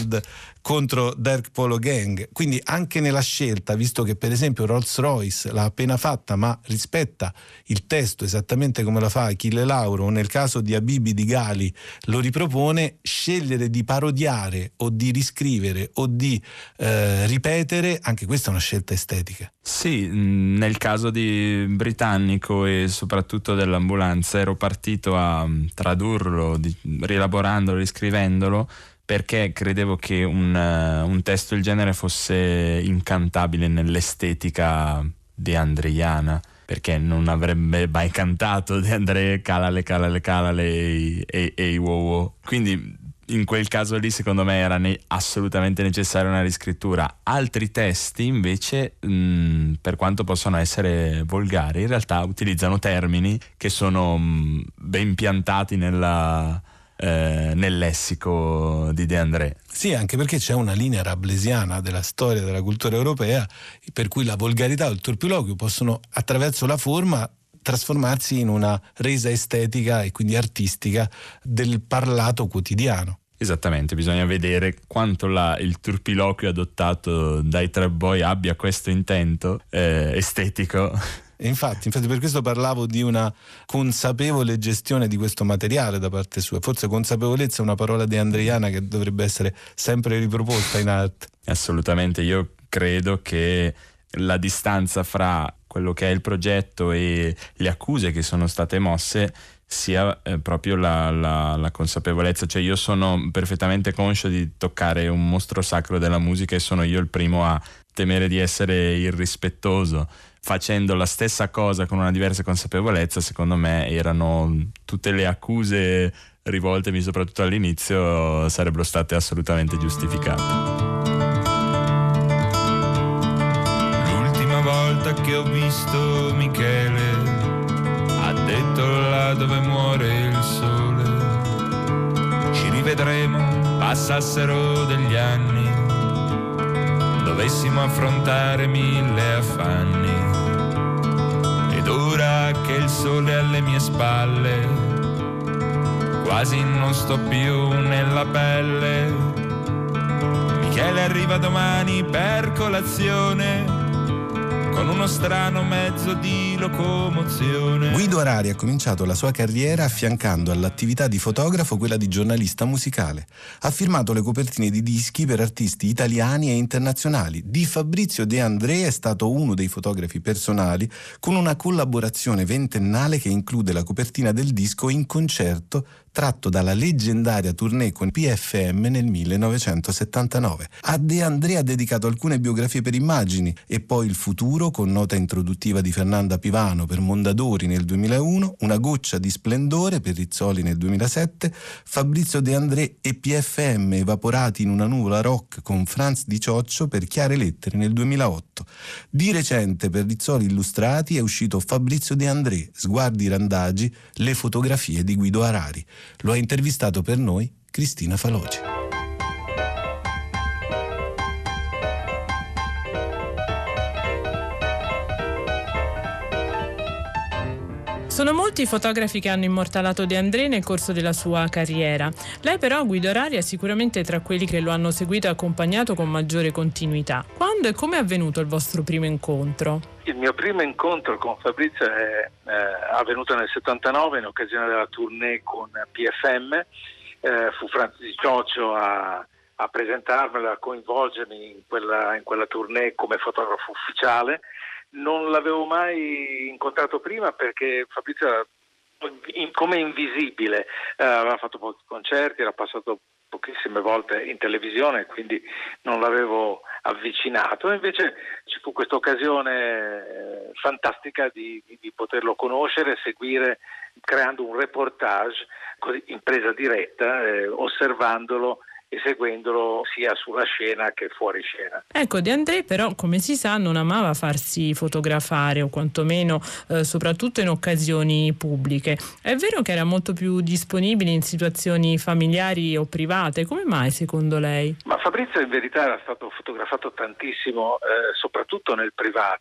contro Dirk Polo Gang. Quindi anche nella scelta, visto che per esempio Rolls-Royce l'ha appena fatta ma rispetta il testo esattamente come la fa Achille Lauro, o nel caso di Habibi di Gali lo ripropone, scegliere di parodiare o di riscrivere o di eh, ripetere, anche questa è una scelta estetica. Sì, nel caso di Britannico e soprattutto dell'ambulanza ero partito a tradurlo, di, rielaborandolo, riscrivendolo, perché credevo che un, un testo del genere fosse incantabile nell'estetica deandreiana, perché non avrebbe mai cantato De André calale calale calale e, e, e i wow wow. Quindi in quel caso lì secondo me era ne- assolutamente necessaria una riscrittura. Altri testi invece mh, per quanto possano essere volgari, in realtà utilizzano termini che sono mh, ben piantati nella Eh, nel lessico di De André. Sì, anche perché c'è una linea rablesiana della storia della cultura europea per cui la volgarità o il turpiloquio possono attraverso la forma trasformarsi in una resa estetica e quindi artistica del parlato quotidiano. Esattamente, bisogna vedere quanto la, il turpiloquio adottato dai Trap Boy abbia questo intento eh, estetico. E infatti, infatti per questo parlavo di una consapevole gestione di questo materiale da parte sua. Forse consapevolezza è una parola deandreiana che dovrebbe essere sempre riproposta in arte. Assolutamente, io credo che la distanza fra quello che è il progetto e le accuse che sono state mosse sia eh, proprio la, la, la consapevolezza. Cioè io sono perfettamente conscio di toccare un mostro sacro della musica e sono io il primo a temere di essere irrispettoso. Facendo la stessa cosa con una diversa consapevolezza, secondo me erano tutte le accuse rivoltemi soprattutto all'inizio sarebbero state assolutamente giustificate. L'ultima volta che ho visto Michele ha detto là dove muore il sole ci rivedremo, passassero degli anni, dovessimo affrontare mille affanni, ed ora che il sole è alle mie spalle quasi non sto più nella pelle. Michele arriva domani per colazione con uno strano mezzo di locomozione. Guido Arari ha cominciato la sua carriera affiancando all'attività di fotografo quella di giornalista musicale. Ha firmato le copertine di dischi per artisti italiani e internazionali. Di Fabrizio De André è stato uno dei fotografi personali, con una collaborazione ventennale che include la copertina del disco In concerto, tratto dalla leggendaria tournée con P F M nel millenovecentosettantanove. A De André ha dedicato alcune biografie per Immagini e poi Il futuro, con nota introduttiva di Fernanda Pivano per Mondadori nel duemilauno, Una goccia di splendore per Rizzoli nel duemilasette, Fabrizio De André e P F M evaporati in una nuvola rock con Franz Di Cioccio per Chiare lettere nel duemilaotto. Di recente per Rizzoli Illustrati è uscito Fabrizio De André, Sguardi randagi, le fotografie di Guido Arari. Lo ha intervistato per noi Cristina Faloci. Sono molti i fotografi che hanno immortalato De André nel corso della sua carriera. Lei però, Guido Arari, è sicuramente tra quelli che lo hanno seguito e accompagnato con maggiore continuità. Quando e come è avvenuto il vostro primo incontro? Il mio primo incontro con Fabrizio è eh, avvenuto nel settantanove in occasione della tournée con P F M. Eh, fu Franz Di Cioccio a, a presentarmela, a coinvolgermi in quella, in quella tournée come fotografo ufficiale. Non l'avevo mai incontrato prima perché Fabrizio era in, come invisibile, eh, aveva fatto pochi concerti, era passato pochissime volte in televisione, quindi non l'avevo avvicinato. E invece ci fu questa occasione eh, fantastica di, di, di poterlo conoscere, seguire, creando un reportage così in presa diretta, eh, osservandolo e seguendolo sia sulla scena che fuori scena. Ecco, De André però, come si sa, non amava farsi fotografare, o quantomeno eh, soprattutto in occasioni pubbliche. È vero che era molto più disponibile in situazioni familiari o private? Come mai, secondo lei? Ma Fabrizio in verità era stato fotografato tantissimo, eh, soprattutto nel privato.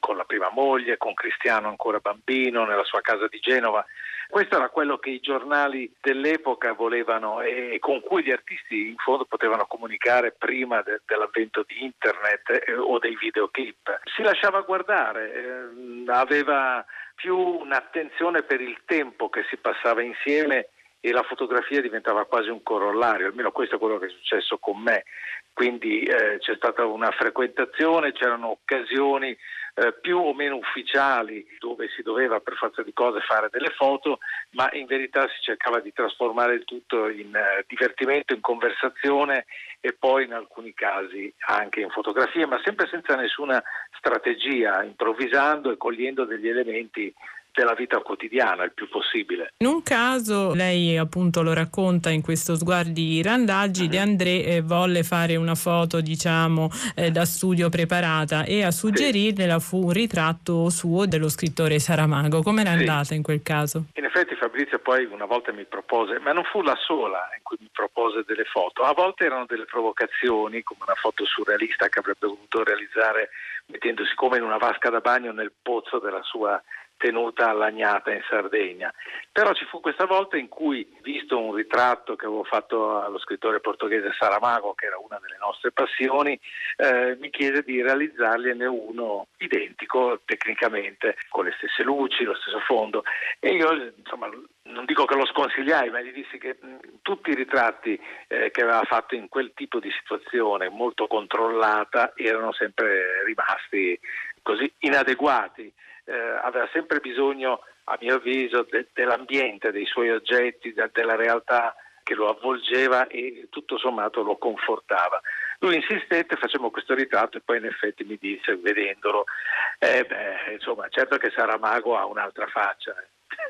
con la prima moglie, con Cristiano ancora bambino, nella sua casa di Genova. Questo era quello che i giornali dell'epoca volevano e con cui gli artisti in fondo potevano comunicare prima de- dell'avvento di internet eh, o dei videoclip. Si lasciava guardare, eh, aveva più un'attenzione per il tempo che si passava insieme e la fotografia diventava quasi un corollario, almeno questo è quello che è successo con me. Quindi eh, c'è stata una frequentazione, c'erano occasioni eh, più o meno ufficiali dove si doveva per forza di cose fare delle foto, ma in verità si cercava di trasformare il tutto in eh, divertimento, in conversazione e poi in alcuni casi anche in fotografia, ma sempre senza nessuna strategia, improvvisando e cogliendo degli elementi della vita quotidiana il più possibile. In un caso, lei appunto lo racconta in questo Sguardi randaggi, uh-huh. De André eh, volle fare una foto diciamo eh, da studio preparata e a suggerirla fu un ritratto suo dello scrittore Saramago. Come era andata sì. in quel caso? In effetti Fabrizio poi una volta mi propose, ma non fu la sola in cui mi propose delle foto, a volte erano delle provocazioni come una foto surrealista che avrebbe voluto realizzare mettendosi come in una vasca da bagno nel pozzo della sua tenuta all'Agnata in Sardegna. Però ci fu questa volta in cui, visto un ritratto che avevo fatto allo scrittore portoghese Saramago, che era una delle nostre passioni, eh, mi chiese di realizzargliene uno identico tecnicamente, con le stesse luci, lo stesso fondo, e io insomma non dico che lo sconsigliai, ma gli dissi che mh, tutti i ritratti eh, che aveva fatto in quel tipo di situazione molto controllata erano sempre rimasti così inadeguati. Eh, aveva sempre bisogno, a mio avviso, de- dell'ambiente, dei suoi oggetti, de- della realtà che lo avvolgeva e tutto sommato lo confortava. Lui insistette, facemmo questo ritratto e poi in effetti mi disse, vedendolo, eh beh, insomma, certo che Saramago ha un'altra faccia. Eh.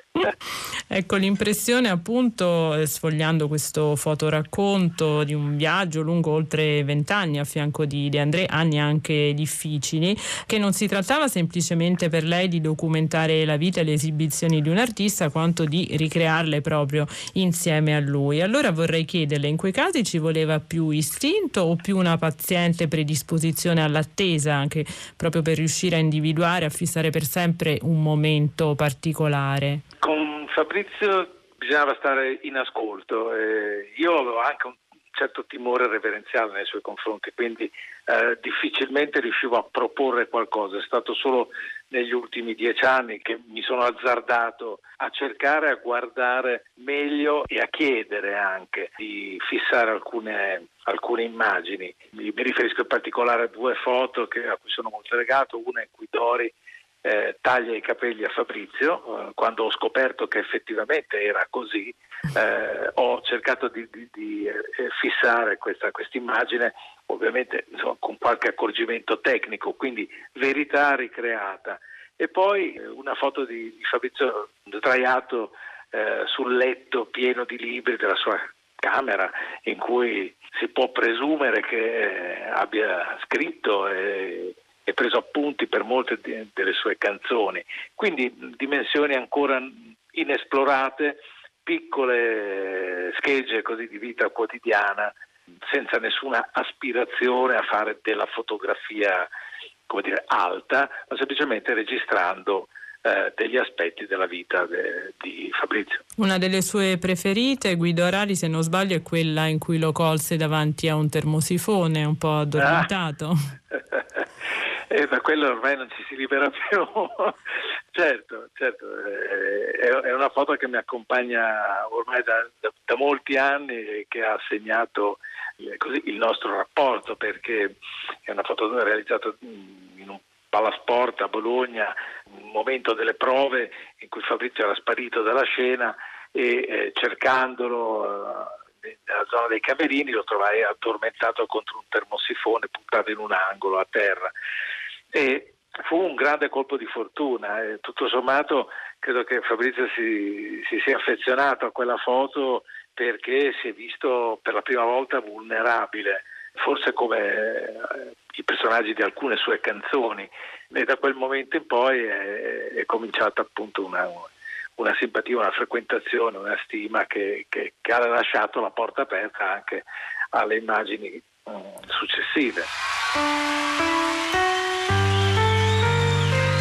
Ecco, l'impressione appunto, sfogliando questo fotoracconto di un viaggio lungo oltre vent'anni a fianco di De André, anni anche difficili, che non si trattava semplicemente per lei di documentare la vita e le esibizioni di un artista, quanto di ricrearle proprio insieme a lui. Allora vorrei chiederle, in quei casi ci voleva più istinto o più una paziente predisposizione all'attesa, anche proprio per riuscire a individuare, a fissare per sempre un momento particolare? Con Fabrizio bisognava stare in ascolto, eh, io avevo anche un certo timore reverenziale nei suoi confronti, quindi eh, difficilmente riuscivo a proporre qualcosa. È stato solo negli ultimi dieci anni che mi sono azzardato a cercare, a guardare meglio e a chiedere anche di fissare alcune, alcune immagini. Mi, mi riferisco in particolare a due foto che, a cui sono molto legato, una in cui Dori Eh, taglia i capelli a Fabrizio. Eh, quando ho scoperto che effettivamente era così, eh, ho cercato di, di, di eh, fissare questa immagine, ovviamente insomma, con qualche accorgimento tecnico, quindi verità ricreata. E poi eh, una foto di, di Fabrizio sdraiato eh, sul letto pieno di libri della sua camera, in cui si può presumere che eh, abbia scritto e e preso appunti per molte delle sue canzoni, quindi dimensioni ancora inesplorate, piccole schegge così di vita quotidiana, senza nessuna aspirazione a fare della fotografia, come dire, alta, ma semplicemente registrando eh, degli aspetti della vita de, di Fabrizio. Una delle sue preferite, Guido Rari, se non sbaglio, è quella in cui lo colse davanti a un termosifone, un po' addormentato. Ah. Eh, da quello ormai non ci si libera più. certo, certo, eh, è una foto che mi accompagna ormai da, da, da molti anni e che ha segnato eh, così il nostro rapporto, perché è una foto realizzata in un palasport a Bologna, un momento delle prove in cui Fabrizio era sparito dalla scena e eh, cercandolo eh, nella zona dei camerini lo trovai addormentato contro un termosifone puntato in un angolo a terra. E fu un grande colpo di fortuna e tutto sommato credo che Fabrizio si, si sia affezionato a quella foto perché si è visto per la prima volta vulnerabile, forse come eh, i personaggi di alcune sue canzoni, e da quel momento in poi è, è cominciata appunto una, una simpatia, una frequentazione, una stima che, che, che ha lasciato la porta aperta anche alle immagini um, successive.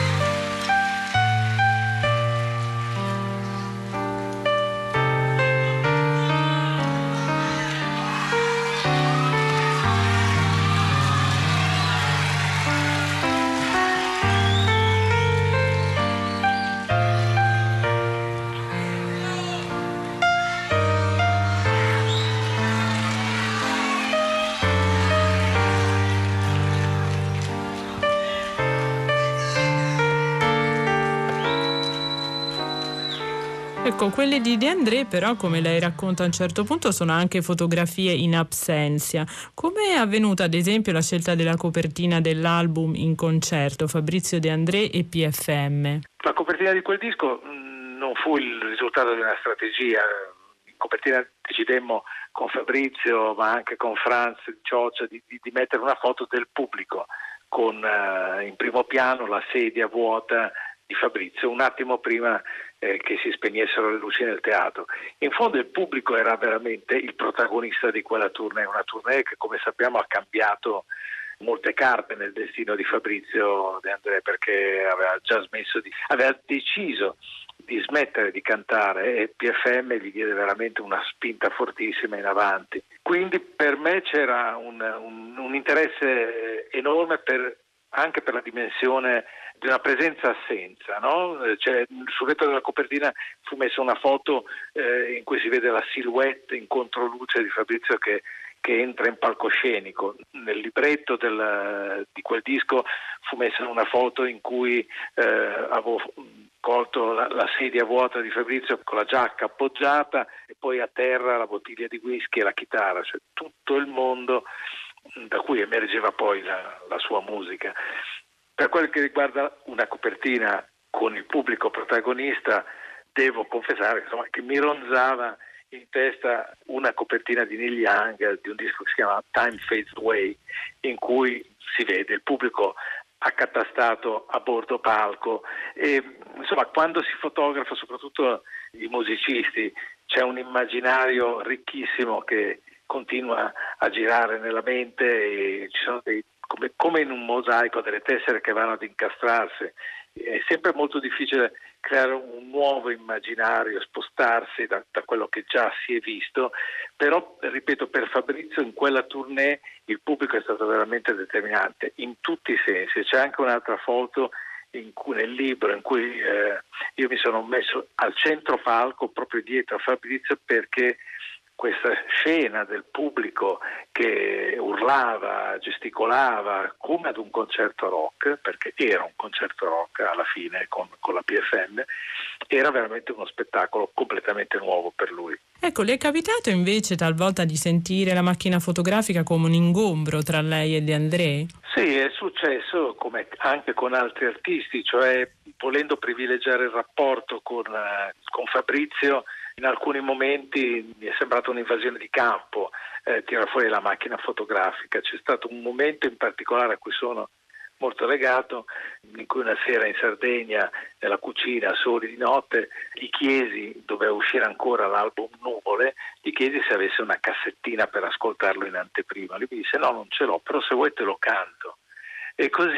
Ecco, quelle di De André però, come lei racconta a un certo punto, sono anche fotografie in absentia. Come è avvenuta ad esempio la scelta della copertina dell'album in concerto, Fabrizio De André e P F M? La copertina di quel disco mh, non fu il risultato di una strategia. In copertina decidemmo con Fabrizio, ma anche con Franz Cioccia, di, di, di mettere una foto del pubblico con eh, in primo piano la sedia vuota di Fabrizio, un attimo prima eh, che si spegnessero le luci nel teatro. In fondo il pubblico era veramente il protagonista di quella tournée, una tournée che, come sappiamo, ha cambiato molte carte nel destino di Fabrizio De André, perché aveva già smesso di, aveva deciso di smettere di cantare e P F M gli diede veramente una spinta fortissima in avanti. Quindi per me c'era un, un, un interesse enorme per, anche per la dimensione di una presenza-assenza, no? Cioè, sul retro della copertina fu messa una foto eh, in cui si vede la silhouette in controluce di Fabrizio che, che entra in palcoscenico. Nel libretto del, di quel disco fu messa una foto in cui eh, avevo colto la, la sedia vuota di Fabrizio con la giacca appoggiata e poi a terra la bottiglia di whisky e la chitarra, cioè tutto il mondo da cui emergeva poi la, la sua musica. Per quel che riguarda una copertina con il pubblico protagonista, devo confessare insomma, che mi ronzava in testa una copertina di Neil Young di un disco che si chiama Time Fades Away, in cui si vede il pubblico accatastato a bordo palco e insomma quando si fotografa, soprattutto i musicisti, c'è un immaginario ricchissimo che continua a girare nella mente e ci sono dei, come, come in un mosaico, delle tessere che vanno ad incastrarsi. È sempre molto difficile creare un nuovo immaginario, spostarsi da, da quello che già si è visto, però ripeto, per Fabrizio in quella tournée il pubblico è stato veramente determinante in tutti i sensi. C'è anche un'altra foto in cui, nel libro in cui eh, io mi sono messo al centro palco proprio dietro a Fabrizio, perché questa scena del pubblico che urlava, gesticolava come ad un concerto rock, perché era un concerto rock alla fine con, con la P F M, era veramente uno spettacolo completamente nuovo per lui. Ecco, le è capitato invece talvolta di sentire la macchina fotografica come un ingombro tra lei e De André? Sì, è successo come anche con altri artisti, cioè volendo privilegiare il rapporto con, uh, con Fabrizio, in alcuni momenti mi è sembrata un'invasione di campo eh, tirare fuori la macchina fotografica. C'è stato un momento in particolare a cui sono molto legato, in cui una sera in Sardegna, nella cucina, soli di notte, gli chiesi, doveva uscire ancora l'album Nuvole, gli chiesi se avesse una cassettina per ascoltarlo in anteprima. Lui mi disse no, non ce l'ho, però se vuoi te lo canto. E così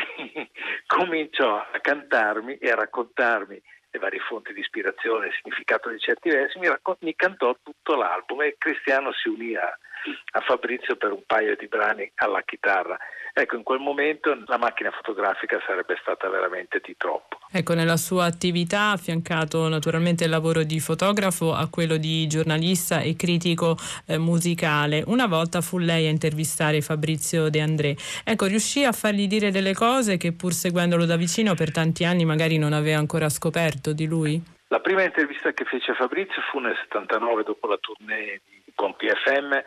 cominciò a cantarmi e a raccontarmi le varie fonti di ispirazione, il significato di certi versi, mi, raccont- mi cantò tutto l'album e Cristiano si unì a, a Fabrizio per un paio di brani alla chitarra. Ecco, in quel momento la macchina fotografica sarebbe stata veramente di troppo. Ecco, nella sua attività ha affiancato naturalmente il lavoro di fotografo a quello di giornalista e critico eh, musicale. Una volta fu lei a intervistare Fabrizio De André. Ecco, riuscì a fargli dire delle cose che, pur seguendolo da vicino per tanti anni, magari non aveva ancora scoperto di lui? La prima intervista che fece Fabrizio fu nel settantanove, dopo la tournée con P F M.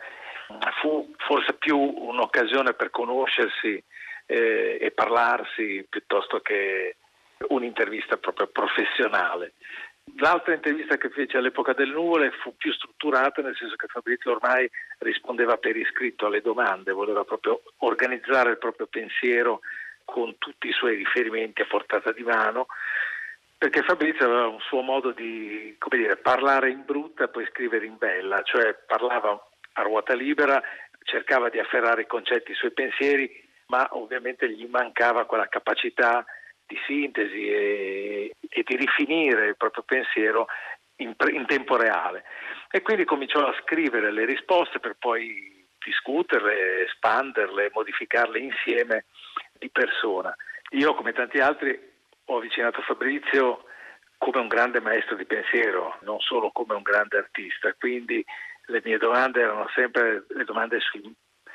Fu forse più un'occasione per conoscersi eh, e parlarsi piuttosto che un'intervista proprio professionale. L'altra intervista che fece all'epoca del Nuvole fu più strutturata, nel senso che Fabrizio ormai rispondeva per iscritto alle domande, voleva proprio organizzare il proprio pensiero con tutti i suoi riferimenti a portata di mano, perché Fabrizio aveva un suo modo di, come dire, parlare in brutta e poi scrivere in bella, cioè parlava a ruota libera, cercava di afferrare i concetti, i suoi pensieri, ma ovviamente gli mancava quella capacità di sintesi e, e di rifinire il proprio pensiero in, in tempo reale. E quindi cominciò a scrivere le risposte per poi discuterle, espanderle, modificarle insieme di persona. Io, come tanti altri, ho avvicinato Fabrizio come un grande maestro di pensiero, non solo come un grande artista, quindi le mie domande erano sempre le domande sui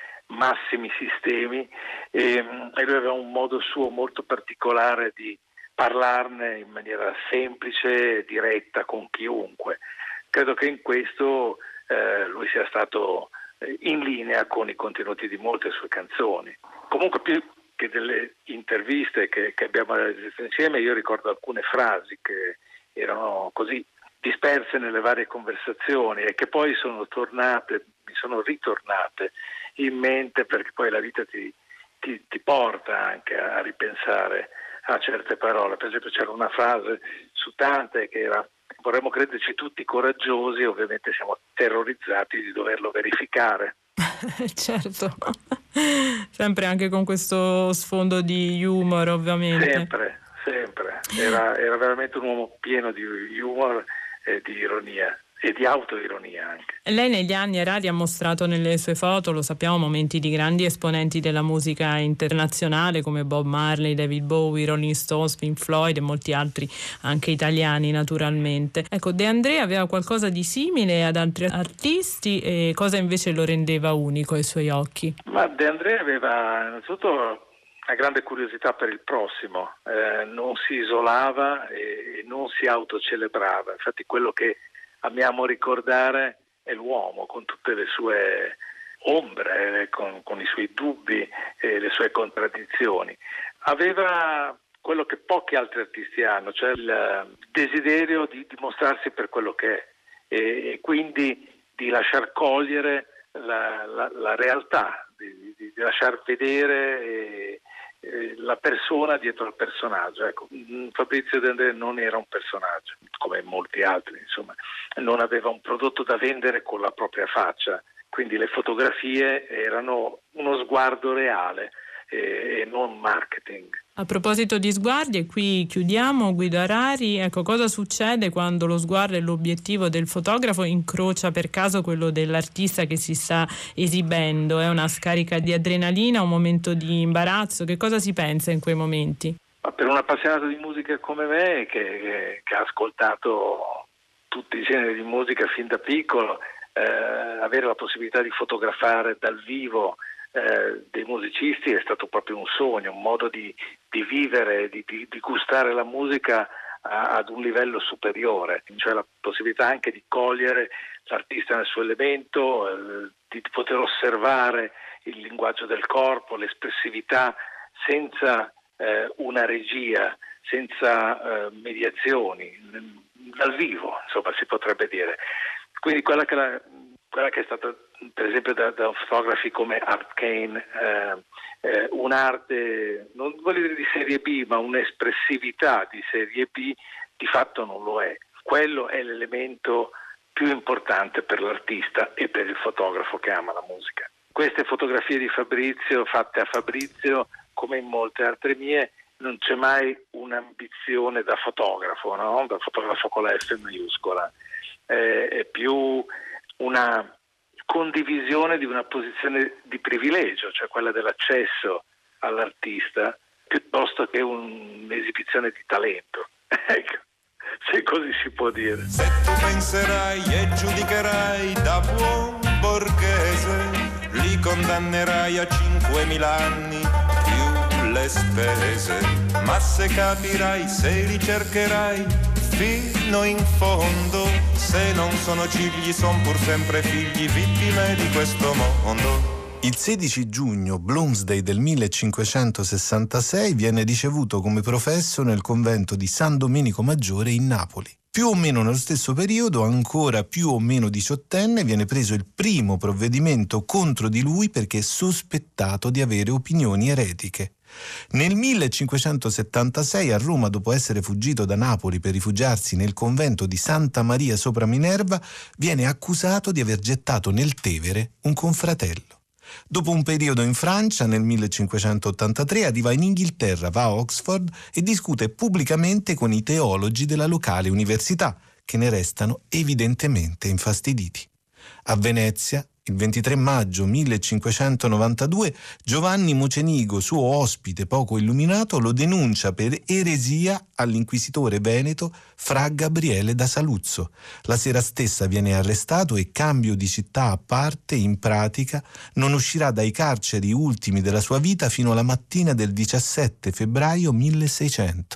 massimi sistemi e, e lui aveva un modo suo molto particolare di, parlarne in maniera semplice e diretta con chiunque. Credo che in questo eh, lui sia stato in linea con i contenuti di molte sue canzoni. Comunque, più che delle interviste che, che abbiamo realizzato insieme, io ricordo alcune frasi che erano così disperse nelle varie conversazioni e che poi sono tornate, mi sono ritornate in mente, perché poi la vita ti, ti, ti porta anche a ripensare a certe parole. Per esempio c'era una frase su tante che era: vorremmo crederci tutti coraggiosi, ovviamente siamo terrorizzati di doverlo verificare. Certo, sempre anche con questo sfondo di humor, ovviamente. Sempre, sempre. Era, era veramente un uomo pieno di humor e di ironia. E di autoironia anche. Lei negli anni rari ha mostrato nelle sue foto, lo sappiamo, momenti di grandi esponenti della musica internazionale come Bob Marley, David Bowie, Rolling Stones, Pink Floyd e molti altri anche italiani naturalmente. Ecco, De André aveva qualcosa di simile ad altri artisti e cosa invece lo rendeva unico ai suoi occhi? Ma De André aveva innanzitutto una grande curiosità per il prossimo, eh, non si isolava e non si autocelebrava. Infatti quello che amiamo ricordare è l'uomo con tutte le sue ombre, con, con i suoi dubbi e le sue contraddizioni. Aveva quello che pochi altri artisti hanno, cioè il desiderio di dimostrarsi per quello che è e, e quindi di lasciar cogliere la, la, la realtà, di, di, di lasciar vedere e, la persona dietro al personaggio. Ecco, Fabrizio De André non era un personaggio come molti altri, insomma, non aveva un prodotto da vendere con la propria faccia, quindi le fotografie erano uno sguardo reale e, e non marketing. A proposito di sguardi, e qui chiudiamo, Guido Arari, ecco, cosa succede quando lo sguardo e l'obiettivo del fotografo incrocia per caso quello dell'artista che si sta esibendo? È una scarica di adrenalina, un momento di imbarazzo? Che cosa si pensa in quei momenti? Ma per un appassionato di musica come me, che, che, che ha ascoltato tutti i generi di musica fin da piccolo, eh, avere la possibilità di fotografare dal vivo Eh, dei musicisti è stato proprio un sogno, un modo di, di vivere, di, di, di gustare la musica a, ad un livello superiore, cioè la possibilità anche di cogliere l'artista nel suo elemento, eh, di poter osservare il linguaggio del corpo, l'espressività senza eh, una regia, senza eh, mediazioni, dal vivo, insomma, si potrebbe dire. Quindi quella che, la, quella che è stata, per esempio, da, da fotografi come Art Kane, eh, eh, un'arte, non voglio dire di serie B, ma un'espressività di serie B, di fatto non lo è. Quello è l'elemento più importante per l'artista e per il fotografo che ama la musica. Queste fotografie di Fabrizio, fatte a Fabrizio, come in molte altre mie, non c'è mai un'ambizione da fotografo, no? Da fotografo con la F maiuscola. Eh, è più una condivisione di una posizione di privilegio, cioè quella dell'accesso all'artista, piuttosto che un'esibizione di talento. Ecco, se così si può dire. Se tu penserai e giudicherai da buon borghese, li condannerai a cinquemila anni più le spese. Ma se capirai, se li cercherai fino in fondo, se non sono cigli, son pur sempre figli, vittime di questo mondo. Il sedici giugno, Bloomsday del millecinquecentosessantasei, viene ricevuto come professo nel convento di San Domenico Maggiore in Napoli. Più o meno nello stesso periodo, ancora più o meno diciottenne, viene preso il primo provvedimento contro di lui perché sospettato di avere opinioni eretiche. Nel millecinquecentosettantasei a Roma, dopo essere fuggito da Napoli per rifugiarsi nel convento di Santa Maria sopra Minerva, viene accusato di aver gettato nel Tevere un confratello. Dopo un periodo in Francia, nel millecinquecentottantatré arriva in Inghilterra, va a Oxford e discute pubblicamente con i teologi della locale università, che ne restano evidentemente infastiditi. A Venezia, il ventitré maggio millecinquecentonovantadue, Giovanni Mocenigo, suo ospite poco illuminato, lo denuncia per eresia all'inquisitore veneto Fra Gabriele da Saluzzo. La sera stessa viene arrestato e, cambio di città a parte, in pratica non uscirà dai carceri ultimi della sua vita fino alla mattina del diciassette febbraio milleseicento.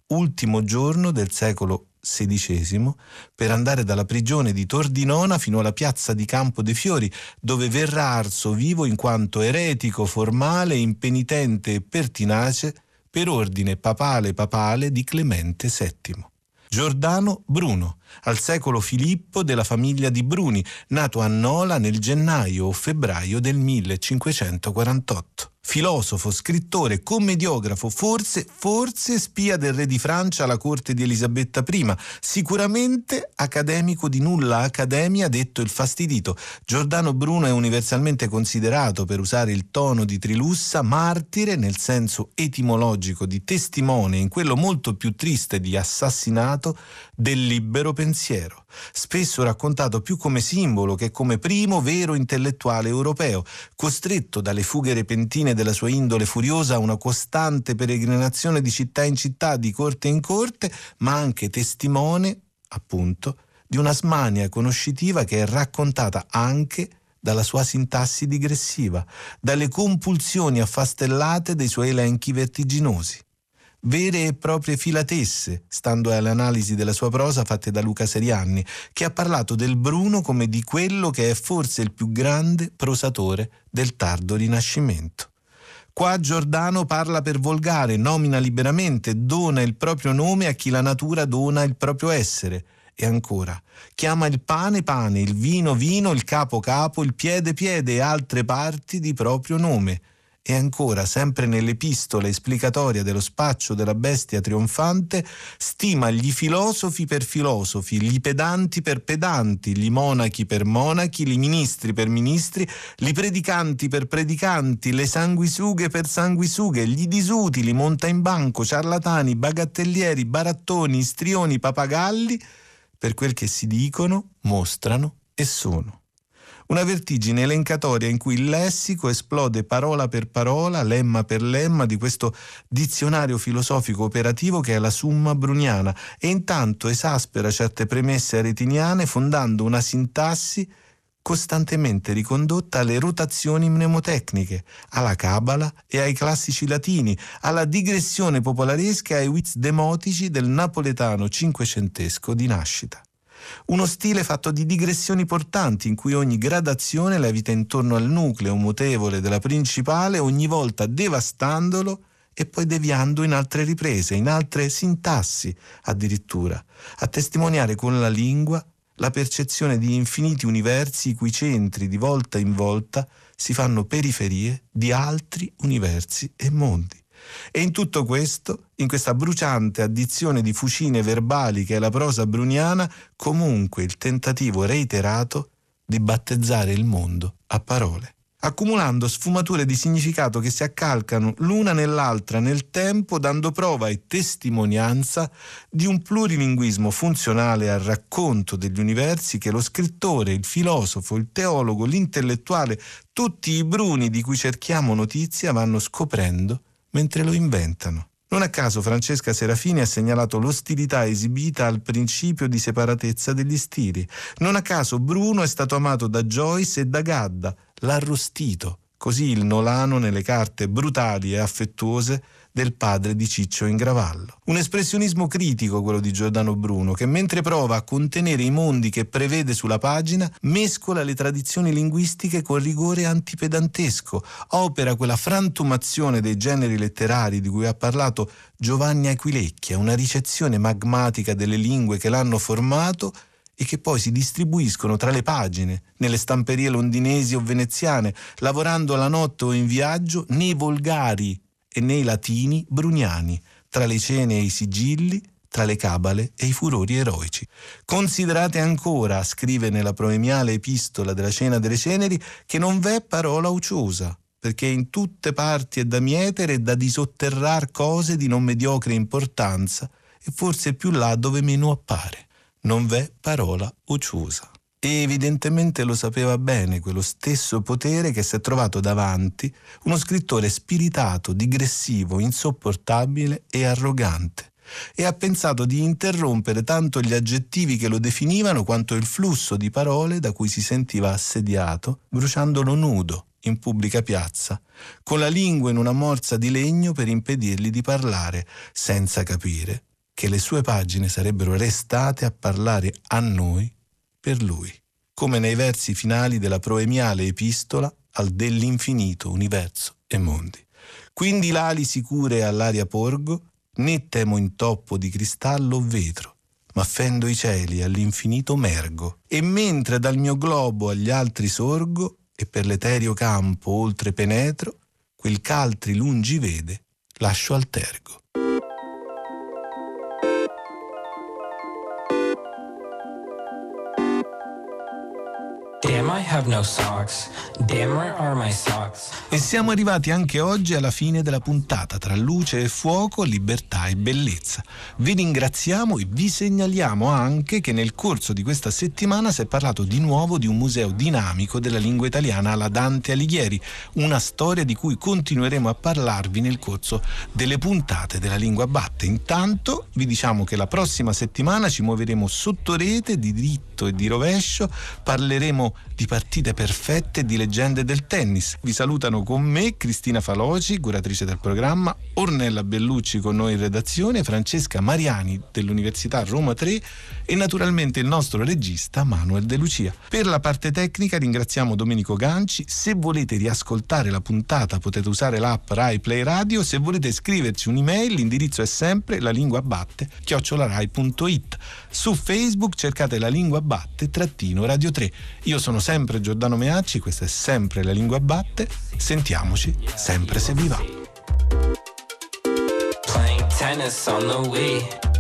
ultimo giorno del secolo sedicesimo, per andare dalla prigione di Tordinona fino alla piazza di Campo dei Fiori, dove verrà arso vivo in quanto eretico formale, impenitente e pertinace per ordine papale papale di Clemente settimo. Giordano Bruno, al secolo Filippo della famiglia di Bruni, nato a Nola nel gennaio o febbraio del millecinquecentoquarantotto. Filosofo, scrittore, commediografo, forse, forse spia del re di Francia alla corte di Elisabetta prima, sicuramente accademico di nulla accademia, detto il fastidito. Giordano Bruno è universalmente considerato, per usare il tono di Trilussa, martire nel senso etimologico di testimone, in quello molto più triste di assassinato, del libero pensiero, spesso raccontato più come simbolo che come primo vero intellettuale europeo, costretto dalle fughe repentine della sua indole furiosa a una costante peregrinazione di città in città, di corte in corte, ma anche testimone, appunto, di una smania conoscitiva che è raccontata anche dalla sua sintassi digressiva, dalle compulsioni affastellate dei suoi elenchi vertiginosi. Vere e proprie filatesse, stando alle analisi della sua prosa fatte da Luca Serianni, che ha parlato del Bruno come di quello che è forse il più grande prosatore del tardo Rinascimento. Qua Giordano parla per volgare, nomina liberamente, dona il proprio nome a chi la natura dona il proprio essere. E ancora, chiama il pane pane, il vino vino, il capo capo, il piede piede e altre parti di proprio nome. E ancora, sempre nell'epistola esplicatoria dello spaccio della bestia trionfante, stima gli filosofi per filosofi, gli pedanti per pedanti, gli monachi per monachi, gli ministri per ministri, gli predicanti per predicanti, le sanguisughe per sanguisughe, gli disutili, monta in banco, ciarlatani, bagattellieri, barattoni, istrioni, papagalli, per quel che si dicono, mostrano e sono. Una vertigine elencatoria in cui il lessico esplode parola per parola, lemma per lemma di questo dizionario filosofico operativo che è la Summa Bruniana, e intanto esaspera certe premesse aretiniane fondando una sintassi costantemente ricondotta alle rotazioni mnemotecniche, alla cabala e ai classici latini, alla digressione popolaresca e ai witz demotici del napoletano cinquecentesco di nascita. Uno stile fatto di digressioni portanti in cui ogni gradazione levita intorno al nucleo mutevole della principale, ogni volta devastandolo e poi deviando in altre riprese, in altre sintassi addirittura, a testimoniare con la lingua la percezione di infiniti universi i cui centri di volta in volta si fanno periferie di altri universi e mondi. E in tutto questo, in questa bruciante addizione di fucine verbali che è la prosa bruniana, comunque il tentativo reiterato di battezzare il mondo a parole, accumulando sfumature di significato che si accalcano l'una nell'altra nel tempo, dando prova e testimonianza di un plurilinguismo funzionale al racconto degli universi che lo scrittore, il filosofo, il teologo, l'intellettuale, tutti i Bruni di cui cerchiamo notizia vanno scoprendo mentre lo inventano. Non a caso Francesca Serafini ha segnalato l'ostilità esibita al principio di separatezza degli stili. Non a caso Bruno è stato amato da Joyce e da Gadda, l'arrostito, così il Nolano nelle carte brutali e affettuose del padre di Ciccio Ingravallo. Un espressionismo critico quello di Giordano Bruno, che mentre prova a contenere i mondi che prevede sulla pagina, mescola le tradizioni linguistiche con rigore antipedantesco, opera quella frantumazione dei generi letterari di cui ha parlato Giovanni Aquilecchia, una ricezione magmatica delle lingue che l'hanno formato e che poi si distribuiscono tra le pagine, nelle stamperie londinesi o veneziane, lavorando la notte o in viaggio nei volgari e nei latini bruniani, tra le cene e i sigilli, tra le cabale e i furori eroici. Considerate ancora, scrive nella proemiale epistola della Cena delle Ceneri, che non v'è parola uciosa, perché in tutte parti è da mietere e da disotterrar cose di non mediocre importanza, e forse più là dove meno appare. Non v'è parola uciosa. E evidentemente lo sapeva bene quello stesso potere che si è trovato davanti uno scrittore spiritato, digressivo, insopportabile e arrogante, e ha pensato di interrompere tanto gli aggettivi che lo definivano quanto il flusso di parole da cui si sentiva assediato, bruciandolo nudo in pubblica piazza, con la lingua in una morsa di legno per impedirgli di parlare, senza capire che le sue pagine sarebbero restate a parlare a noi per lui, come nei versi finali della proemiale epistola al dell'infinito universo e mondi. Quindi l'ali sicure all'aria porgo, né temo intoppo di cristallo o vetro, ma fendo i cieli all'infinito mergo, e mentre dal mio globo agli altri sorgo, e per l'etereo campo oltre penetro, quel ch'altri lungi vede, lascio al tergo. Damn, I have no socks. Damn, where are my socks? E siamo arrivati anche oggi alla fine della puntata tra luce e fuoco, libertà e bellezza. Vi ringraziamo e vi segnaliamo anche che nel corso di questa settimana si è parlato di nuovo di un museo dinamico della lingua italiana alla Dante Alighieri, una storia di cui continueremo a parlarvi nel corso delle puntate della Lingua Batte. Intanto vi diciamo che la prossima settimana ci muoveremo sotto rete, di dritto e di rovescio, parleremo di partite perfette e di leggende del tennis. Vi salutano con me Cristina Faloci, curatrice del programma, Ornella Bellucci con noi in redazione, Francesca Mariani dell'Università Roma tre e naturalmente il nostro regista Manuel De Lucia. Per la parte tecnica ringraziamo Domenico Ganci. Se volete riascoltare la puntata potete usare l'app Rai Play Radio. Se volete scriverci un'email l'indirizzo è sempre lalinguabatte chiocciola rai punto it. Su Facebook cercate La Lingua Batte trattino Radio tre. Io sono sempre Giordano Meacci, questa è sempre La Lingua Batte. Sentiamoci sempre se vi va. Playing tennis on the Wii.